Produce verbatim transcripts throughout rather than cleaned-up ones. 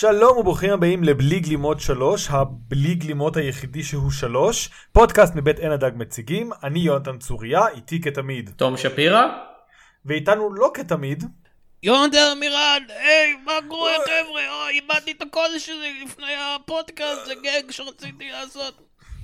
שלום וברוכים הבאים לבלי גלימות שלוש, הבלי גלימות היחידי שהוא שלוש, פודקאסט מבית עין הדג מציגים, אני יונתן צוריה, איתי כתמיד תום שפירא, ואיתנו לא כתמיד יונתן אמירן, היי, מה קורה חבר'ה? אוי, איבדתי את הקול שלי לפני הפודקאסט, זה גג שרציתי לעשות.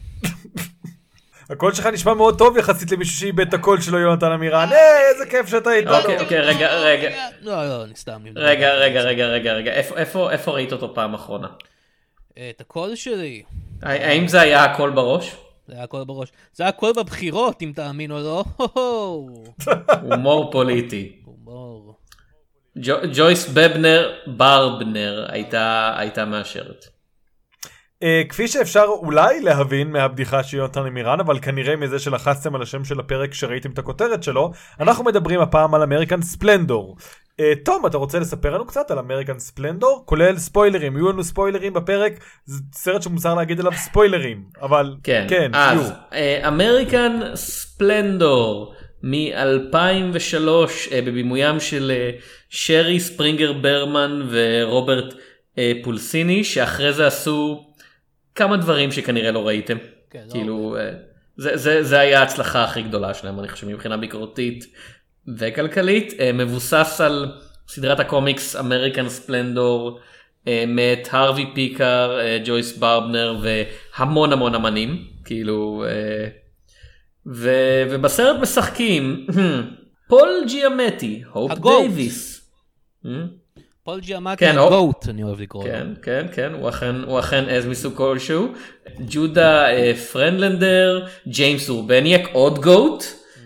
הקול שלך נשמע מאוד טוב יחסית למישהו שאיבד את הקול שלו, יונתן אמירן. היי, איזה כיף שאתה איתנו. אוקיי, אוקיי, רגע, רגע. לא, לא, נסתם. רגע, רגע, רגע, רגע, רגע. איפה, איפה ראית אותו פעם אחרונה? את הקול שלי. האם זה היה הקול בראש? זה היה הקול בראש. זה היה הקול בבחירות, אם תאמין או לא. הומור פוליטי. הומור. ג'ויס בבנר ברבנר הייתה, הייתה מאשרת. Uh, כפי שאפשר אולי להבין מהבדיחה של יונתן אמירן, אבל כנראה מזה שלחצתם על השם של הפרק שראיתם את הכותרת שלו, אנחנו מדברים הפעם על אמריקן ספלנדור. Uh, תום, אתה רוצה לספר לנו קצת על אמריקן ספלנדור? כולל ספוילרים, יהיו לנו ספוילרים בפרק, זה סרט שמוסר להגיד עליו ספוילרים, אבל כן, כן אז אמריקן ספלנדור מ-אלפיים ושלוש, uh, בבימוים של uh, שרי ספרינגר ברמן ורוברט uh, פולסיני, שאחרי זה עשו כמה דברים שכנראה לא ראיתם. כן, כאילו, זה, זה, זה היה ההצלחה הכי גדולה שלהם, אני חושב, מבחינה ביקורתית וכלכלית. מבוסס על סדרת הקומיקס אמריקן ספלנדור, מאת הרווי פיקר, ג'ויס ברבנר והמון המון אמנים. כאילו, ו, ובסרט משחקים פול ג'יאמטי, הופ דייביס. פול ג'יאמטי הגוט, אני אוהב לקרוא לו. כן, כן, כן, הוא אכן, הוא אכן אז מסוג כלשהו. ג'ודה פרנדלנדר, ג'יימס אורבניאק, עוד גוט,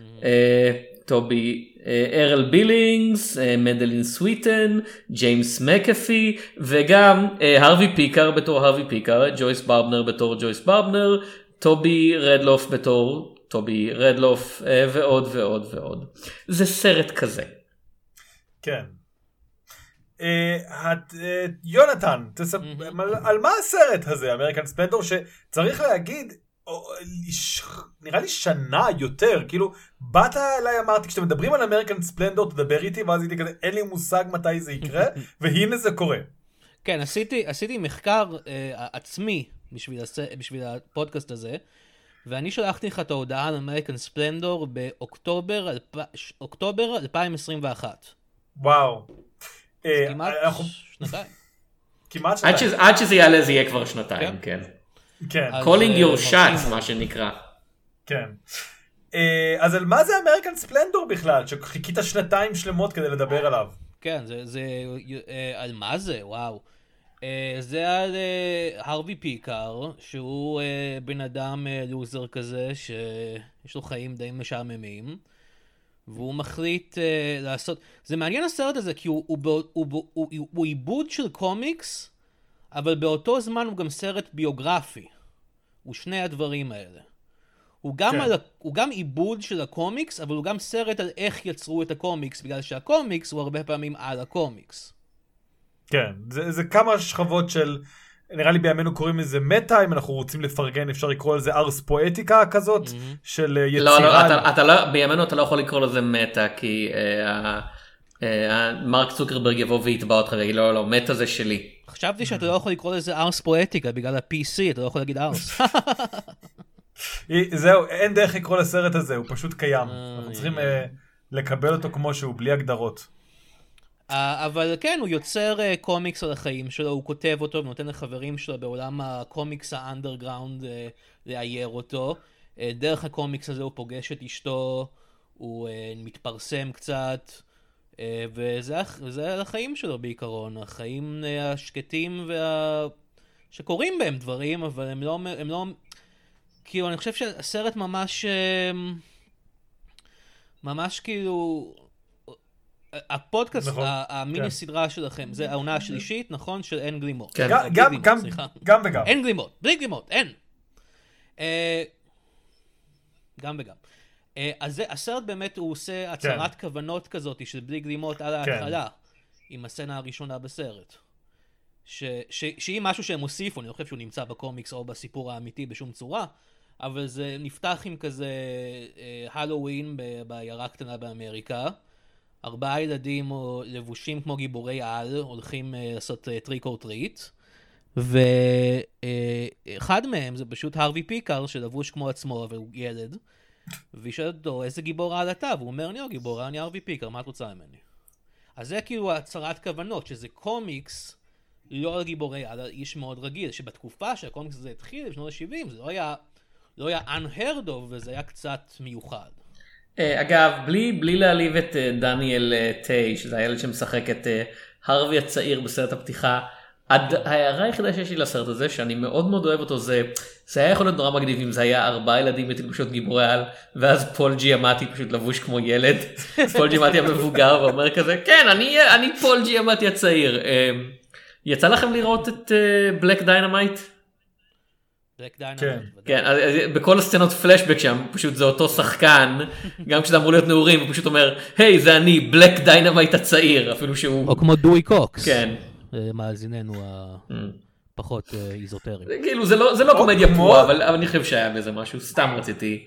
טובי ארל בילינגס, מדלין סוויטן, ג'יימס מקאפי, וגם הרווי פיקר בתור הרווי פיקר, ג'ויס ברבנר בתור ג'ויס ברבנר, טובי רדלוף בתור טובי רדלוף, ועוד ועוד ועוד. זה סרט כזה. כן. יונתן, על מה הסרט הזה, אמריקן ספלנדור, שצריך להגיד, נראה לי שנה יותר, כאילו, באת אליי, אמרתי, כשאתם מדברים על אמריקן ספלנדור, תדבר איתי, ואז הייתי כזה, אין לי מושג מתי זה יקרה, והנה זה קורה. כן, עשיתי מחקר עצמי בשביל הפודקאסט הזה, ואני שלחתי לך את ההודעה על אמריקן ספלנדור באוקטובר אלפיים עשרים ואחת. וואו. כמעט שנתיים. כמעט שנתיים. עד שזה יעלה זה יהיה כבר שנתיים, כן. כן. calling your shots, מה שנקרא. כן. אז על מה זה אמריקן ספלנדור בכלל? שחיכית שנתיים שלמות כדי לדבר עליו. כן, זה על מה זה? וואו. זה על הרווי פיקר, שהוא בן אדם לוזר כזה, שיש לו חיים די משעממים. והוא מחליט uh, לעשות, זה מעניין הסרט הזה כי הוא, הוא, הוא, הוא, הוא, הוא, הוא עיבוד של קומיקס, אבל באותו זמן הוא גם סרט ביוגרפי. הוא שני הדברים האלה. הוא גם, כן. על, הוא גם עיבוד של הקומיקס, אבל הוא גם סרט על איך יצרו את הקומיקס, בגלל שהקומיקס הוא הרבה פעמים על הקומיקס. כן, זה, זה כמה שכבות של, נראה לי בימינו קוראים לזה מטה, אם אנחנו רוצים לפרגן אפשר לקרוא לזה ארס פואטיקה כזאת, mm-hmm. של יצירה. לא, לא, אתה, אתה לא, בימינו אתה לא יכול לקרוא לזה מטה, כי אה, אה, מרק צוקרברג יבוא ויתבע אותך ויגיד, לא, לא, מטה זה שלי. חשבתי שאתה לא יכול לקרוא לזה ארס פואטיקה, בגלל ה-פי סי, אתה לא יכול להגיד ארס. זהו, אין דרך לקרוא לסרט הזה, הוא פשוט קיים. אנחנו צריכים אה, לקבל אותו כמו שהוא, בלי הגדרות. אבל כן, הוא יוצר קומיקס על החיים שלו, הוא כותב אותו ונותן לחברים שלו בעולם הקומיקס האנדרגראונד לאייר אותו. דרך הקומיקס הזה הוא פוגש את אשתו, הוא מתפרסם קצת, וזה, וזה על החיים שלו בעיקרון, החיים השקטים וה... שקורים בהם דברים, אבל הם לא... הם לא... כאילו, אני חושב שהסרט ממש... ממש כאילו... הפודקאסט, המיני סדרה שלכם, זה העונה השלישית, נכון? של אין גלימות. גם וגם. אין גלימות, בלי גלימות, אין. גם וגם. אז הסרט באמת הוא עושה הצהרת כוונות כזאת של בלי גלימות על ההתחלה, עם הסצנה הראשונה בסרט. שהיא משהו שהם הוסיפו, אני לא חושב שהוא נמצא בקומיקס או בסיפור האמיתי בשום צורה, אבל זה נפתח עם כזה הלואוין בעיירה קטנה באמריקה, ארבעה ילדים לבושים כמו גיבורי על, הולכים לעשות טריק או טריט, ואחד מהם זה פשוט הרווי פיקר שלבוש כמו עצמו והוא ילד, והיא שואלת אותו איזה גיבור על אתה, והוא אומר אני לא גיבור, אני הרווי פיקר, מה את רוצה ממני? אז זה כאילו הצהרת כוונות, שזה קומיקס לא על גיבורי על, איש מאוד רגיל, שבתקופה שהקומיקס הזה התחיל בשנות ה-שבעים, זה לא היה, לא היה unheard of, וזה היה קצת מיוחד. אגב, בלי, בלי להעליב את דניאל טיי, שזה הילד שמשחק את הרווי הצעיר בסרט הפתיחה, ההערה היחידה שיש לי לסרט הזה, שאני מאוד מאוד אוהב אותו, זה, זה היה יכול להיות נורא מגניב אם זה היה ארבעה ילדים בתלבושות גיבורי על, ואז פול ג'יאמטי פשוט לבוש כמו ילד, פול ג'יאמטי המבוגר, ואומר כזה, כן, אני, אני פול ג'יאמטי הצעיר. יצא לכם לראות את בלק דיינמייט? בלק דיינמייט. כן, כן, בכל הסצנות פלשבק שם, פשוט זה אותו שחקן, גם כשזה אמור להיות נעורים, הוא פשוט אומר, היי, זה אני, בלק דיינמייט הצעיר, אפילו שהוא... או כמו דוי קוקס. כן. מאזיננו הפחות איזוטרי. כאילו זה לא, זה לא קומדיה פרועה, אבל אני חושב שהיה בזה משהו, סתם רציתי.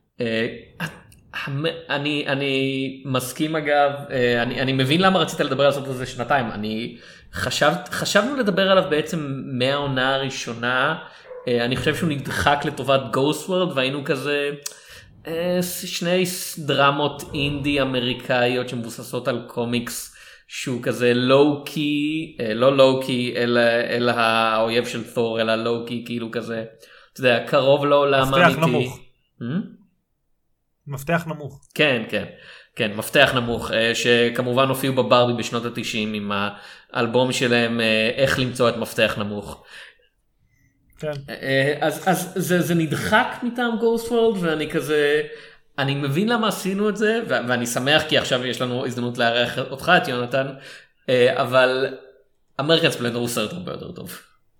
אני, אני מסכים אגב, אני, אני מבין למה רצית לדבר על הסרט הזה שנתיים, אני חשב, חשבנו לדבר עליו בעצם מהעונה הראשונה, אני חושב שהוא נדחק לטובת גוסט וורד, והיינו כזה שני דרמות אינדי אמריקאיות שמבוססות על קומיקס, שהוא כזה לואו-קי, לא לואו-קי, אלא, אלא האויב של תור, אלא לואו-קי, כאילו כזה, אתה יודע, קרוב לעולם אמיתי. מפתח נמוך. Hmm? מפתח נמוך. כן, כן, כן, מפתח נמוך, שכמובן הופיעו בברבי בשנות ה-תשעים עם האלבום שלהם, איך למצוא את מפתח נמוך. כן. אז, אז זה, זה נדחק מטעם גוסט וורלד, ואני כזה... אני מבין למה עשינו את זה, ואני שמח כי עכשיו יש לנו הזדמנות לארח אותך, את יונתן, אבל אמריקן ספלנדור הוא סרט הרבה יותר טוב.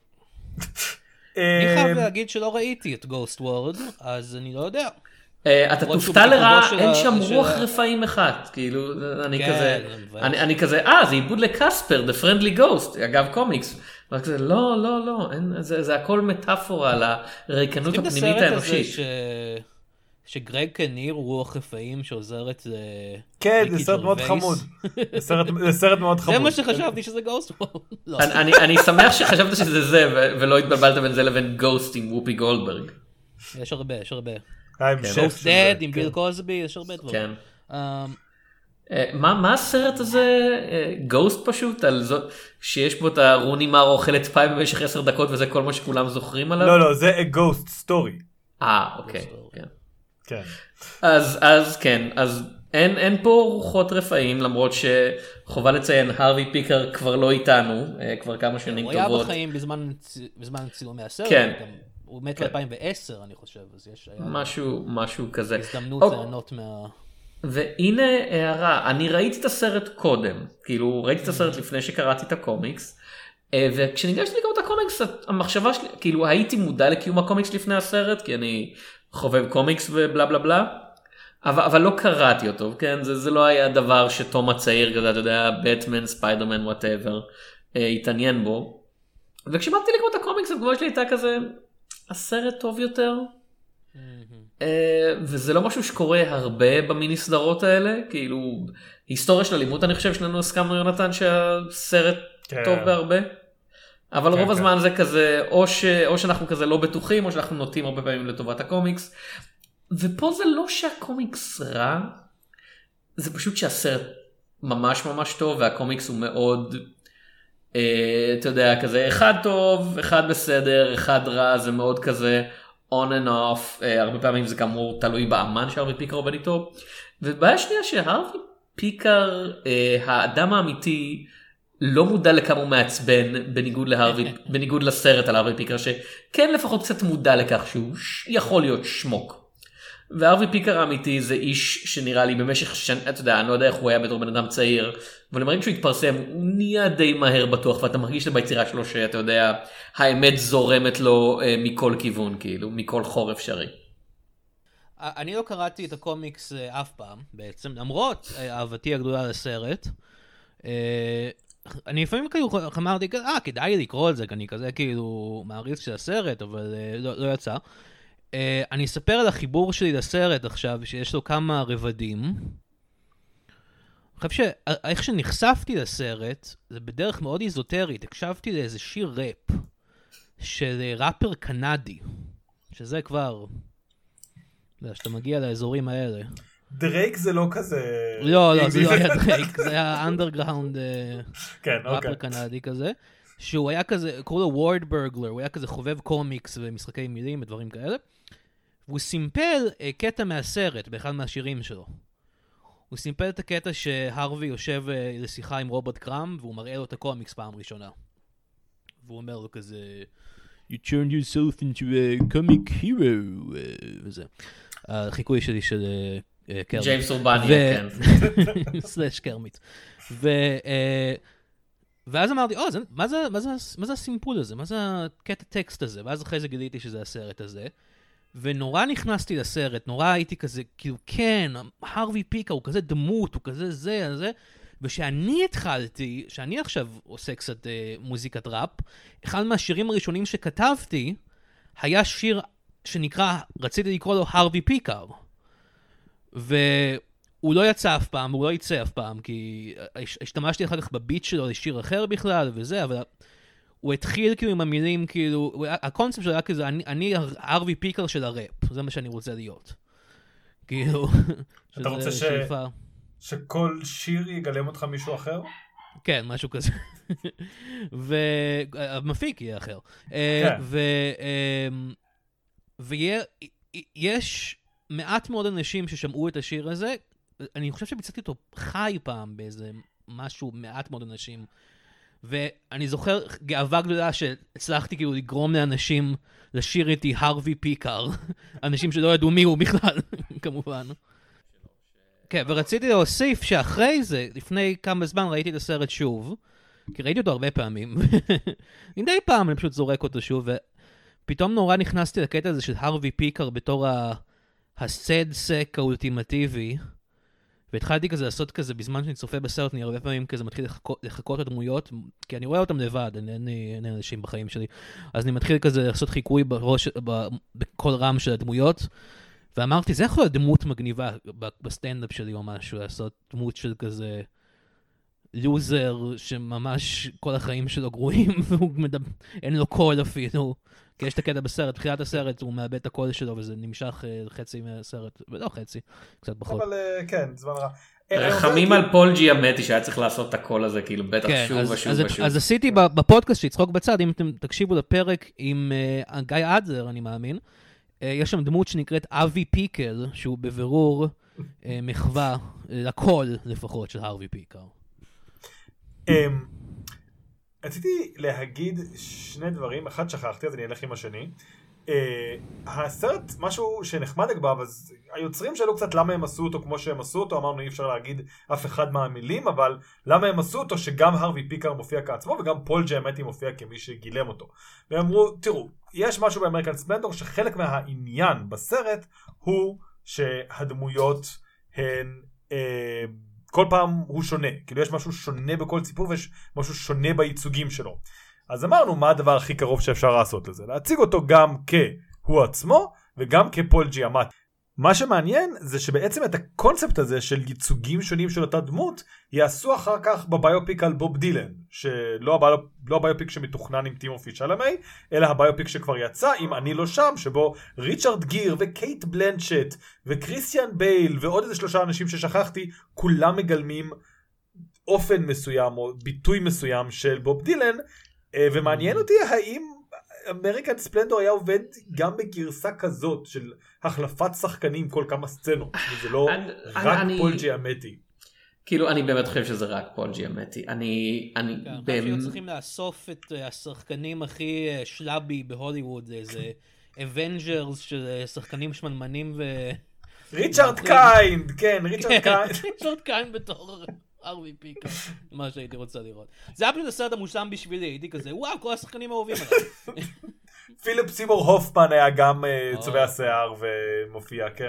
אני חייב להגיד שלא ראיתי את גוסט וורד, אז אני לא יודע. אתה תופתע לרע, אין שם רוח רפאים אחד, כאילו, אני כזה, אני כזה, אה, זה עיבוד לקספר, The Friendly Ghost, אגב קומיקס, אבל כזה, לא, לא, לא, זה הכל מטאפורה על הריקנות הפנימית האנושית. שגרג קניר הוא רוח רפאים שעוזרת ל... כן, זה סרט מאוד חמוד. זה סרט מאוד חמוד. זה מה שחשבתי שזה גוסט וורד. אני שמח שחשבת שזה זה, ולא התבלבלת בין זה לבין גוסט עם וופי גולדברג. יש הרבה, יש הרבה. גוסט דד עם ביל קוזבי, יש הרבה דברים. מה הסרט הזה? גוסט פשוט? על זאת שיש בו את הרוני מאר אוכלת פאי במשך עשר דקות וזה כל מה שכולם זוכרים עליו? לא, לא, זה a ghost story. אה, אוקיי. כן. כן. אז, אז כן, אז אין, אין פה רוחות רפאים, למרות שחובה לציין, הרווי פיקר כבר לא איתנו, כבר כמה שנים טובות. הוא היה בחיים בזמן, בזמן צילומי הסרט, כן. הוא מת ב-אלפיים ועשר, אני חושב, אז יש... משהו, משהו כזה. הזדמנות ליהנות מה... והנה הערה, אני ראיתי את הסרט קודם, כאילו ראיתי את הסרט לפני שקראתי את הקומיקס, וכשניגשתי לקרוא את הקומיקס, המחשבה שלי, כאילו הייתי מודע לקיום הקומיקס לפני הסרט, כי אני חובב קומיקס ובלה בלה בלה, אבל, אבל לא קראתי אותו, כן? זה, זה לא היה דבר שתום הצעיר כזה, אתה יודע, בטמן, ספיידרמן, וואטאבר, התעניין בו. וכשבאתי לקרוא את הקומיקס, התגובה שלי הייתה כזה, הסרט טוב יותר, וזה לא משהו שקורה הרבה במיני סדרות האלה, כאילו, היסטוריה של אלימות, אני חושב שלנו הסכמנו יונתן שהסרט טוב בהרבה. אבל רוב הזמן זה כזה, או, ש, או שאנחנו כזה לא בטוחים, או שאנחנו נוטים הרבה פעמים לטובת הקומיקס. ופה זה לא שהקומיקס רע, זה פשוט שהסרט ממש ממש טוב, והקומיקס הוא מאוד, אה, אתה יודע, כזה אחד טוב, אחד בסדר, אחד רע, זה מאוד כזה on and off, אה, הרבה פעמים זה כאמור תלוי באמן שהרווי פיקר עובד איתו. ובעיה שנייה שהרווי פיקר, אה, האדם האמיתי, לא מודע לכמה הוא מעצבן בניגוד להרווי, בניגוד לסרט על הרווי פיקר, שכן לפחות קצת מודע לכך שהוא יכול להיות שמוק. והרווי פיקר האמיתי זה איש שנראה לי במשך שנה, אתה יודע, אני לא יודע איך הוא היה בתור בן אדם צעיר, אבל למראים שהוא התפרסם, הוא נהיה די מהר בטוח, ואתה מרגיש ביצירה שלו שאתה יודע, האמת זורמת לו אה, מכל כיוון, כאילו, מכל חור אפשרי. אני לא קראתי את הקומיקס אה, אף פעם, בעצם, למרות אה, אהבתי הגדולה לסרט, אה, אני לפעמים כאילו אמרתי, אה, כדאי לקרוא את זה, כי אני כזה כאילו מעריץ של הסרט, אבל uh, לא, לא יצא. Uh, אני אספר על החיבור שלי לסרט עכשיו, שיש לו כמה רבדים, אני חושב שאיך שנחשפתי לסרט, זה בדרך מאוד איזוטרית, הקשבתי לאיזה שיר ראפ של ראפר קנדי, שזה כבר, שאתה מגיע לאזורים האלה. דרייק זה לא כזה... לא, לא, זה לא היה דרייק, זה היה אנדרגראונד כן, ראפר קנדי כזה, שהוא היה כזה, קוראים לו וורד ברגלר, הוא היה כזה חובב קומיקס ומשחקי מילים ודברים כאלה, והוא סימפל קטע מהסרט באחד מהשירים שלו. הוא סימפל את הקטע שהרווי יושב לשיחה עם רוברט קראם, והוא מראה לו את הקומיקס פעם ראשונה. והוא אומר לו כזה, You turned yourself into a comic hero, וזה. החיקוי שלי של קרמיט. ג'יימס אורבני, כן. סלש קרמיט. ואז אמרתי, או, מה זה הסימפול הזה? מה זה הקטע טקסט הזה? ואז אחרי זה גיליתי שזה הסרט הזה. ונורא נכנסתי לסרט, נורא הייתי כזה, כאילו, כן, הרווי פיקר הוא כזה דמות, הוא כזה זה, זה. ושאני התחלתי, שאני עכשיו עושה קצת אה, מוזיקת ראפ, אחד מהשירים הראשונים שכתבתי, היה שיר שנקרא, רציתי לקרוא לו הרווי פיקר. והוא לא יצא אף פעם, הוא לא יצא אף פעם, כי השתמשתי אחר כך בביט שלו לשיר אחר בכלל וזה, אבל הוא התחיל כאילו עם המילים, כאילו, הקונספט שלו היה כזה, אני, אני הרווי פיקר של הראפ, זה מה שאני רוצה להיות. כאילו, אתה רוצה ש... שכל שיר יגלם אותך מישהו אחר? כן, משהו כזה. והמפיק יהיה אחר. כן. ויש מעט מאוד אנשים ששמעו את השיר הזה, אני חושב שביצעתי אותו חי פעם באיזה משהו, מעט מאוד אנשים, ואני זוכר גאווה גדולה שהצלחתי כאילו לגרום לאנשים לשיר איתי הרווי פיקר, אנשים שלא ידעו מי הוא בכלל, כמובן. כן, ורציתי להוסיף שאחרי זה, לפני כמה זמן ראיתי את הסרט שוב, כי ראיתי אותו הרבה פעמים, מדי פעם אני פשוט זורק אותו שוב, ופתאום נורא נכנסתי לקטע הזה של הרווי פיקר בתור הסד סק האולטימטיבי, והתחלתי כזה לעשות כזה, בזמן שאני צופה בסרט, אני הרבה פעמים כזה מתחיל לחכות, לחכות את הדמויות, כי אני רואה אותם לבד, אין, אין, אין אנשים בחיים שלי, אז אני מתחיל כזה לעשות חיקוי בראש, בכל רם של הדמויות, ואמרתי, זה יכול להיות דמות מגניבה בסטנדאפ שלי או משהו, לעשות דמות של כזה לוזר שממש כל החיים שלו גרועים, והוא מדבר, אין לו קול אפילו, כי יש את הקטע בסרט, בתחילת הסרט הוא מאבד את הקול שלו, וזה נמשך חצי מהסרט, ולא חצי, קצת פחות. אבל כן, זמן רע. רחמים על פול ג'יאמטי שהיה צריך לעשות את הקול הזה, כאילו בטח שוב ושוב ושוב. אז עשיתי בפודקאסט שיצחוק בצד, אם אתם תקשיבו לפרק עם גיא אדלר, אני מאמין, יש שם דמות שנקראת אבי פיקר, שהוא בבירור מחווה לקול לפחות של הרווי פיקר. רציתי להגיד שני דברים, אחד שכחתי אז אני אלך עם השני. הסרט, משהו שנחמד אגב, אז היוצרים שאלו קצת למה הם עשו אותו כמו שהם עשו אותו, אמרנו אי אפשר להגיד אף אחד מהמילים, אבל למה הם עשו אותו שגם הרווי פיקר מופיע כעצמו וגם פול ג'יאמטי מופיע כמי שגילם אותו. והם אמרו, תראו, יש משהו באמריקן ספלנדור שחלק מהעניין בסרט הוא שהדמויות הן... אה, כל פעם הוא שונה, כאילו יש משהו שונה בכל סיפור ויש משהו שונה בייצוגים שלו. אז אמרנו מה הדבר הכי קרוב שאפשר לעשות לזה, להציג אותו גם כהוא עצמו וגם כפול ג'יאמטי. מה שמעניין זה שבעצם את הקונספט הזה של ייצוגים שונים של אותה דמות יעשו אחר כך בביופיק על בוב דילן, שלא הביופ... לא הביופיק שמתוכנן עם טימופי שלמי, אלא הביופיק שכבר יצא עם אני לא שם, שבו ריצ'רד גיר וקייט בלנצ'ט וקריסטיאן בייל ועוד איזה שלושה אנשים ששכחתי, כולם מגלמים אופן מסוים או ביטוי מסוים של בוב דילן, ומעניין אותי האם אמריקן ספלנדור היה עובד גם בגרסה כזאת של החלפת שחקנים כל כמה סצנות, וזה לא רק פול ג'יאמטי. כאילו אני באמת חושב שזה רק פול ג'יאמטי. אני אני באמת צריכים לאסוף את השחקנים הכי שלאבי בהוליווד, איזה אבנג'רס של שחקנים שמנמנים ו ריצ'רד קיינד, כן, ריצ'רד קיינד. ריצ'רד קיינד בתור הרווי פיקר, מה שהייתי רוצה לראות. זה היה פשוט הסרט המושלם בשבילי, הייתי כזה, וואו, כל השחקנים האהובים עליי. פיליפ סימור הופמן היה גם צובע שיער ומופיע, כן.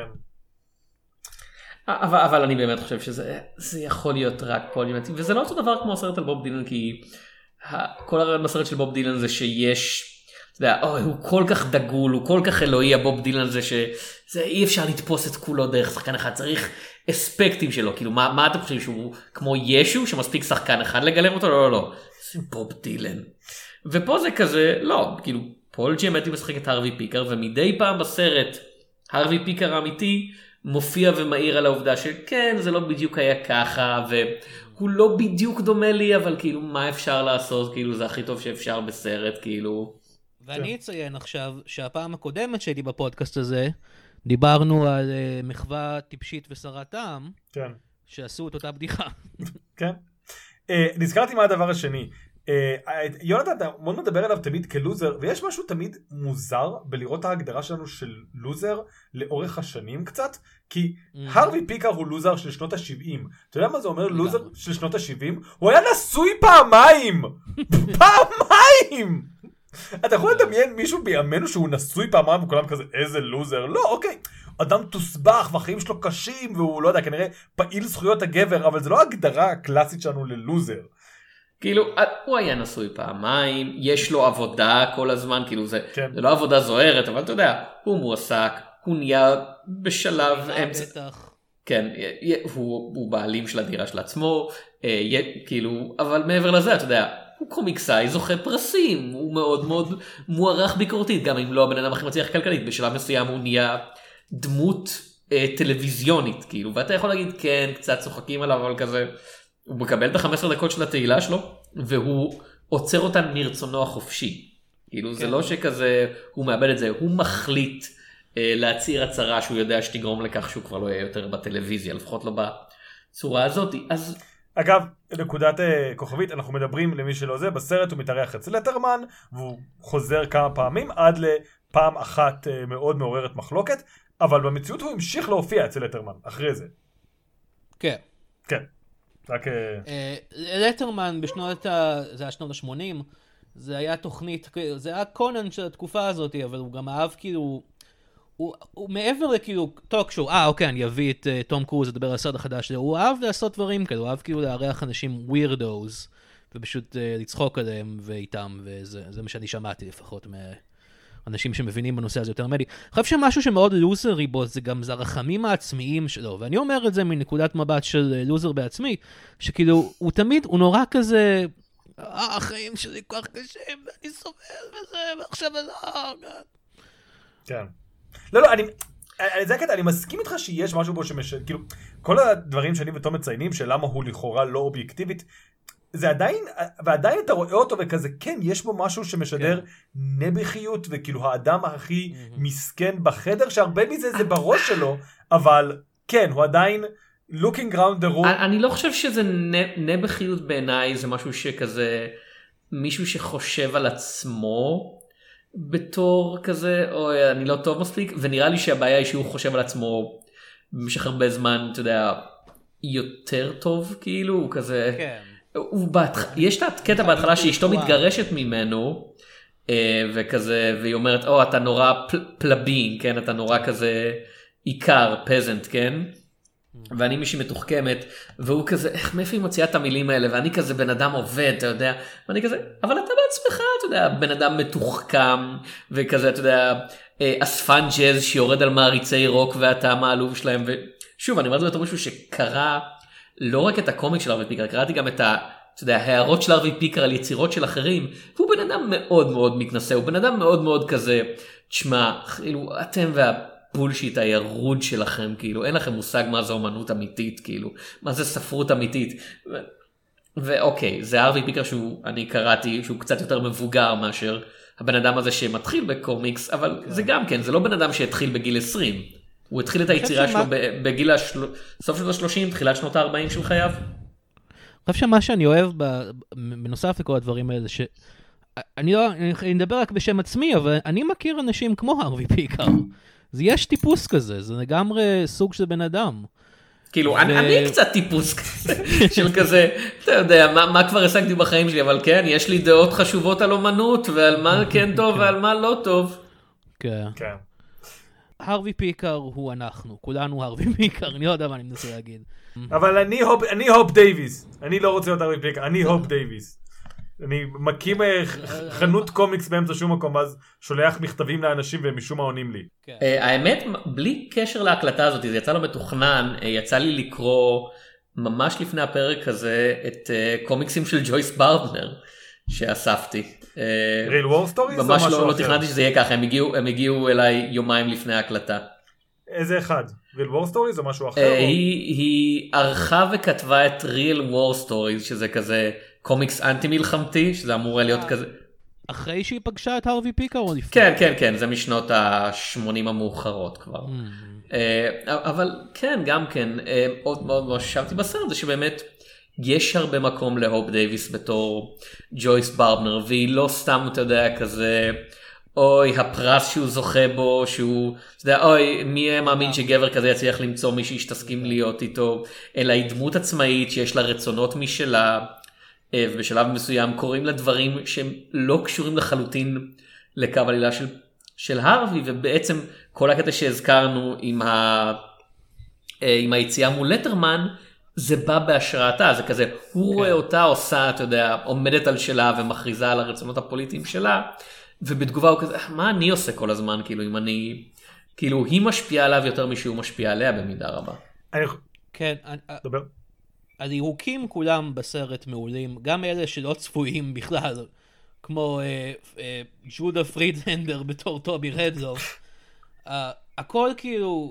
אבל, אבל אני באמת חושב שזה זה יכול להיות רק פול ג'יאמטי, וזה לא אותו דבר כמו הסרט על בוב דילן, כי כל הרעיון בסרט של בוב דילן זה שיש, יודע, אוי, הוא כל כך דגול, הוא כל כך אלוהי, הבוב דילן הזה, שזה אי אפשר לתפוס את כולו דרך שחקן אחד, צריך אספקטים שלו, כאילו, מה, מה אתם חושבים, שהוא כמו ישו, שמספיק שחקן אחד לגלם אותו? לא, לא, לא, זה בוב דילן. ופה זה כזה, לא, כאילו, פול ג'יאמטי משחק את הרווי פיקר, ומדי פעם בסרט, הרווי פיקר האמיתי, מופיע ומעיר על העובדה שכן, זה לא בדיוק היה ככה, והוא לא בדיוק דומה לי, אבל כאילו, מה אפשר לעשות? כאילו, זה הכי טוב שאפשר בסרט, כאילו. ואני אציין עכשיו שהפעם הקודמת שהייתי בפודקאסט הזה, דיברנו על uh, מחווה טיפשית ושרת טעם, כן. שעשו את אותה בדיחה. כן. Uh, נזכרתי מה הדבר השני. Uh, יונתן, אתה מאוד מדבר עליו תמיד כלוזר, ויש משהו תמיד מוזר בלראות ההגדרה שלנו של לוזר לאורך השנים קצת, כי mm-hmm. הרווי פיקר הוא לוזר של שנות ה-שבעים. אתה יודע מה זה אומר לוזר של שנות ה-שבעים? הוא היה נשוי פעמיים! פעמיים! אתה יכול לדמיין מישהו בימינו שהוא נשוי פעמיים וכולם כזה איזה לוזר? לא, אוקיי. אדם תוסבך והחיים שלו קשים והוא לא יודע, כנראה פעיל זכויות הגבר, אבל זה לא ההגדרה הקלאסית שלנו ללוזר. כאילו, הוא היה נשוי פעמיים, יש לו עבודה כל הזמן, כאילו זה, כן. זה לא עבודה זוהרת, אבל אתה יודע, הוא מועסק, הוא נהיה בשלב אמצע. בטח. כן, הוא, הוא בעלים של הדירה של עצמו, כאילו, אבל מעבר לזה, אתה יודע, הוא קומיקסאי, זוכה פרסים, הוא מאוד מאוד מוערך ביקורתית, גם אם לא הבן אדם הכי מצליח כלכלית, בשלב מסוים הוא נהיה דמות אה, טלוויזיונית, כאילו, ואתה יכול להגיד, כן, קצת צוחקים עליו, אבל כזה, הוא מקבל את ה-חמש עשרה דקות של התהילה שלו, והוא עוצר אותן מרצונו החופשי. כאילו, כן. זה לא שכזה, הוא מאבד את זה, הוא מחליט אה, להצהיר הצהרה שהוא יודע שתגרום לכך שהוא כבר לא יהיה יותר בטלוויזיה, לפחות לא בצורה הזאת, אז... אגב, נקודת uh, כוכבית, אנחנו מדברים למי שלא זה, בסרט הוא מתארח אצל לטרמן, והוא חוזר כמה פעמים, עד לפעם אחת uh, מאוד מעוררת מחלוקת, אבל במציאות הוא המשיך להופיע אצל לטרמן, אחרי זה. כן. כן. רק... לטרמן בשנות ה... זה היה שנות ה-שמונים, זה היה תוכנית, זה היה קונן של התקופה הזאת, אבל הוא גם אהב כאילו... הוא, הוא מעבר לכאילו טוק שואו, אה אוקיי אני אביא את uh, תום קרוז לדבר על הסרט החדש, הוא אהב לעשות דברים כאלה, הוא אהב כאילו לארח אנשים ווירדוז, ופשוט uh, לצחוק עליהם ואיתם, וזה מה שאני שמעתי לפחות מאנשים שמבינים בנושא הזה יותר ממני. אני חושב שמשהו שמאוד לוזרי בו, זה גם זה הרחמים העצמיים שלו, ואני אומר את זה מנקודת מבט של לוזר בעצמי, שכאילו הוא תמיד, הוא נורא כזה, אה החיים שלי כל כך קשים, ואני סובל וזה, ועכשיו לא... כן. לא, לא, אני, זה הקטע, אני מסכים איתך שיש משהו בו שמש... כאילו, כל הדברים שאני ותום מציינים, שלמה הוא לכאורה לא אובייקטיבית, זה עדיין, ועדיין אתה רואה אותו וכזה, כן, יש בו משהו שמשדר נבחיות, וכאילו האדם הכי מסכן בחדר, שהרבה מזה זה בראש שלו, אבל כן, הוא עדיין looking around the room. אני לא חושב שזה נבחיות בעיניי, זה משהו שכזה, מישהו שחושב על עצמו, בתור כזה, או אני לא טוב מספיק, ונראה לי שהבעיה היא שהוא חושב על עצמו במשך הרבה זמן, אתה יודע, יותר טוב, כאילו, הוא כזה, כן. הוא בהתח... יש את הקטע בהתחלה שאשתו מתגרשת ממנו, וכזה, והיא אומרת, או, אתה נורא פל... פלבין, כן, אתה נורא כזה עיקר, פזנט, כן? ואני מישהי מתוחכמת, והוא כזה, איך מאיפה היא מוציאה את המילים האלה, ואני כזה בן אדם עובד, אתה יודע, ואני כזה, אבל אתה בעצמך, אתה יודע, בן אדם מתוחכם, וכזה, אתה יודע, אספן ג'אז שיורד על מעריצי רוק, ואתה המעלוב שלהם, ושוב, אני אומר את זה בתור משהו שקרא, לא רק את הקומיק של הרווי פיקר, קראתי גם את ה... אתה יודע, הערות של הרווי פיקר על יצירות של אחרים, והוא בן אדם מאוד מאוד מתנשא, הוא בן אדם מאוד מאוד כזה, תשמע, כאילו, אתם וה... בולשיט הירוד שלכם, כאילו, אין לכם מושג מה זה אומנות אמיתית, כאילו, מה זה ספרות אמיתית. ו... ואוקיי, זה הרווי פיקר שהוא, אני קראתי, שהוא קצת יותר מבוגר מאשר הבן אדם הזה שמתחיל בקומיקס, אבל זה גם כן, זה לא בן אדם שהתחיל בגיל עשרים. הוא התחיל את היצירה שלו בגיל השל... סוף שנות ה-שלושים, תחילת שנות ה-ארבעים של חייו. אני חושב שמה שאני אוהב בנוסף לכל הדברים האלה, ש... אני לא, אני מדבר רק בשם עצמי, אבל אני מכיר אנשים כמו הרווי פיקר. זה יש טיפוס כזה, זה לגמרי סוג של בן אדם. כאילו, ו... אני, אני קצת טיפוס כזה, של כזה, אתה יודע, מה, מה כבר השגתי בחיים שלי, אבל כן, יש לי דעות חשובות על אומנות, ועל מה כן טוב ועל מה לא טוב. כן. כן. הרווי פיקר הוא אנחנו, כולנו הרווי פיקר, אני לא יודע מה אני מנסה להגיד. אבל אני הופ, אני הופ דייביס, אני לא רוצה להיות הרווי פיקר, אני הופ דייביס. אני מקים חנות קומיקס באמצע שום מקום, אז שולח מכתבים לאנשים והם משום מה עונים לי. האמת, בלי קשר להקלטה הזאת, זה יצא לו מתוכנן, יצא לי לקרוא ממש לפני הפרק הזה את קומיקסים של ג'ויס ברבנר שאספתי. ריל וור סטוריז? ממש לא תכננתי שזה יהיה ככה, הם הגיעו אליי יומיים לפני ההקלטה. איזה אחד? ריל וור סטוריז או משהו אחר? היא ערכה וכתבה את ריל וור סטוריז, שזה כזה קומיקס אנטי מלחמתי, שזה אמור להיות כזה. אחרי שהיא פגשה את הרווי פיקר או לפני? כן, כן, כן, זה משנות ה-שמונים המאוחרות כבר. אבל כן, גם כן, עוד מאוד מה ששבתי בסרט זה שבאמת יש הרבה מקום להופ דייביס בתור ג'ויס ברבנר, והיא לא סתם, אתה יודע, כזה, אוי, הפרס שהוא זוכה בו, שהוא, אתה יודע, אוי, מי יהיה מאמין שגבר כזה יצליח למצוא מישהי שתסכים להיות איתו, אלא היא דמות עצמאית שיש לה רצונות משלה, ובשלב מסוים קוראים לה דברים שהם לא קשורים לחלוטין לקו עלילה של, של הרווי, ובעצם כל הקטע שהזכרנו עם, ה, עם היציאה מול לטרמן, זה בא בהשראתה, זה כזה, הוא רואה אותה עושה, אתה יודע, עומדת על שלה ומכריזה על הרצונות הפוליטיים שלה, ובתגובה הוא כזה, מה אני עושה כל הזמן, כאילו, אם אני, כאילו, היא משפיעה עליו יותר משהוא משפיע עליה במידה רבה. כן, דבר. הדירוקים כולם בסרט מעולים, גם אלה שלא צפויים בכלל, כמו ג'ודה פרידלנדר בתור טובי רדלוף. הכל כאילו,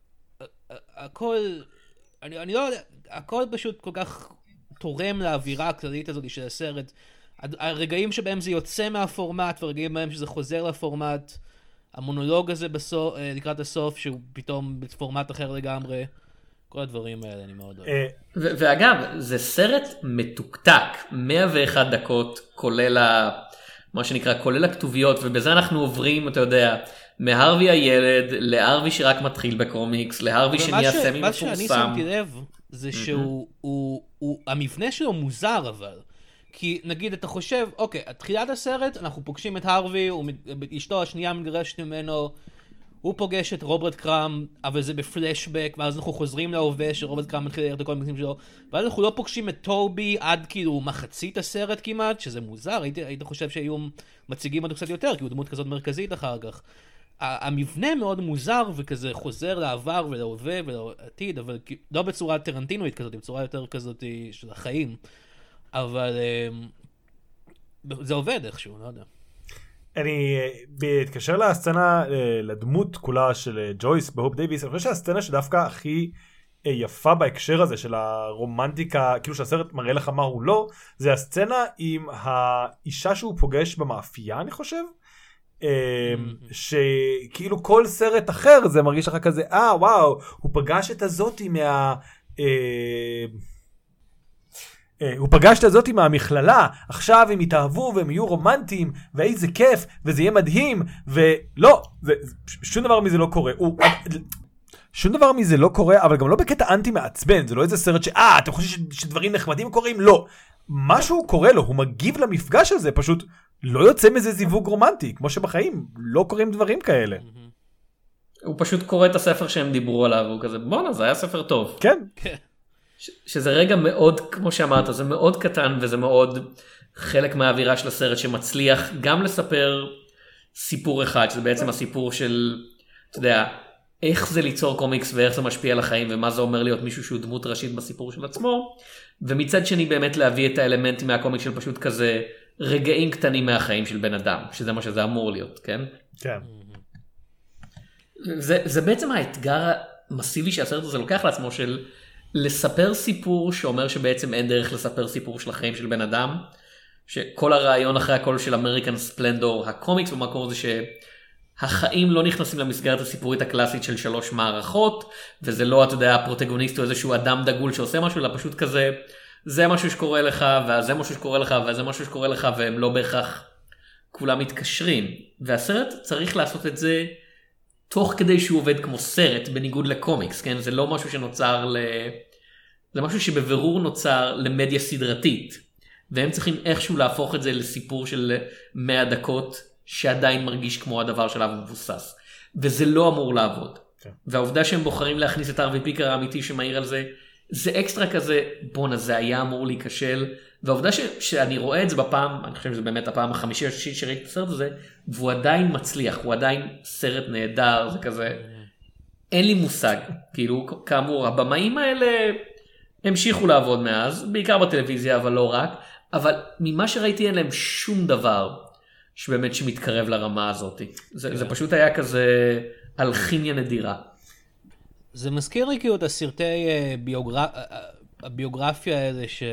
הכל, אני, אני לא יודע, הכל פשוט כל כך תורם לאווירה הכללית הזאת של הסרט. הרגעים שבהם זה יוצא מהפורמט, והרגעים בהם שזה חוזר לפורמט, המונולוג הזה בסוף, לקראת הסוף, שהוא פתאום בפורמט אחר לגמרי, כל הדברים האלה אני מאוד אוהב. ואגב, זה סרט מתוקתק, מאה ואחת דקות, כולל ה... מה שנקרא, כולל הכתוביות, ובזה אנחנו עוברים, אתה יודע, מהרווי הילד, להרווי שרק מתחיל בקומיקס, להרווי שנהיה סמי מפורסם. מה שאני שמתי לב, זה שהוא, הוא, הוא, המבנה שלו מוזר אבל. כי נגיד אתה חושב, אוקיי, תחילת הסרט, אנחנו פוגשים את הרווי, אשתו השנייה מתגרשת ממנו, הוא פוגש את רוברט קראם, אבל זה בפלשבק, ואז אנחנו חוזרים להווה שרוברט קראם מתחיל לראות את כל המקצים שלו, ואז אנחנו לא פוגשים את טובי עד כאילו מחצית הסרט כמעט, שזה מוזר, היית, היית חושב שהיו מציגים אותו קצת יותר, כי הוא דמות כזאת מרכזית אחר כך. המבנה מאוד מוזר, וכזה חוזר לעבר ולהווה ולעתיד, אבל לא בצורה טרנטינואית כזאת, בצורה יותר כזאת של החיים. אבל זה עובד איכשהו, לא יודע. אני, בהתקשר לסצנה, לדמות כולה של ג'ויס בהופ דייביס, אני חושב שהסצנה שדווקא הכי יפה בהקשר הזה של הרומנטיקה, כאילו שהסרט מראה לך מה הוא לא, זה הסצנה עם האישה שהוא פוגש במאפייה, אני חושב, שכאילו כל סרט אחר זה מרגיש לך כזה, אה וואו, הוא פגש את הזאתי מה... הוא פגש את הזאתי מהמכללה, עכשיו הם יתאהבו והם יהיו רומנטיים, ואיזה כיף, וזה יהיה מדהים, ולא, זה, שום דבר מזה לא קורה. הוא, שום דבר מזה לא קורה, אבל גם לא בקטע אנטי מעצבן, זה לא איזה סרט שאה, אתם חושבים שדברים נחמדים קורים? לא. משהו קורה לו, הוא מגיב למפגש הזה, פשוט לא יוצא מזה זיווג רומנטי, כמו שבחיים לא קורים דברים כאלה. הוא פשוט קורא את הספר שהם דיברו עליו, הוא כזה, בונה, זה היה ספר טוב. כן. כן. שזה רגע מאוד, כמו שאמרת, זה מאוד קטן וזה מאוד חלק מהאווירה של הסרט שמצליח גם לספר סיפור אחד, שזה בעצם הסיפור של, אתה יודע, איך זה ליצור קומיקס ואיך זה משפיע על החיים ומה זה אומר להיות מישהו שהוא דמות ראשית בסיפור של עצמו, ומצד שני באמת להביא את האלמנטים מהקומיקס של פשוט כזה רגעים קטנים מהחיים של בן אדם, שזה מה שזה אמור להיות, כן? כן. זה, זה בעצם האתגר המסיבי שהסרט הזה לוקח לעצמו של לספר סיפור שאומר שבעצם אין דרך לספר סיפור של החיים של בן אדם, שכל הרעיון אחרי הכל של אמריקן ספלנדור, הקומיקס במקור זה שהחיים לא נכנסים למסגרת הסיפורית הקלאסית של שלוש מערכות, וזה לא, אתה יודע, הפרוטגוניסט או איזשהו אדם דגול שעושה משהו, אלא פשוט כזה, זה משהו שקורה לך, וזה משהו שקורה לך, וזה משהו שקורה לך, והם לא בהכרח כולם מתקשרים. והסרט צריך לעשות את זה תוך כדי שהוא עובד כמו סרט, בניגוד לקומיקס, כן? זה לא משהו שנוצר ל... זה משהו שבבירור נוצר למדיה סדרתית, והם צריכים איכשהו להפוך את זה לסיפור של מאה דקות, שעדיין מרגיש כמו הדבר שלו מבוסס. וזה לא אמור לעבוד. Okay. והעובדה שהם בוחרים להכניס את הרווי פיקר האמיתי שמעיר על זה, זה אקסטרה כזה, בונה, זה היה אמור להיכשל, והעובדה ש, שאני רואה את זה בפעם, אני חושב שזה באמת הפעם החמישי או השישית שראיתי את הסרט הזה, והוא עדיין מצליח, הוא עדיין סרט נהדר, זה כזה, אין לי מושג, כאילו, כאמור, הבמאים האלה המשיכו לעבוד מאז, בעיקר בטלוויזיה, אבל לא רק, אבל ממה שראיתי אין להם שום דבר, שבאמת שמתקרב לרמה הזאת. זה, זה פשוט היה כזה אלכימיה נדירה. זה מזכיר לי כאילו את הסרטי ביוגרפ... הביוגרפיה האלה של...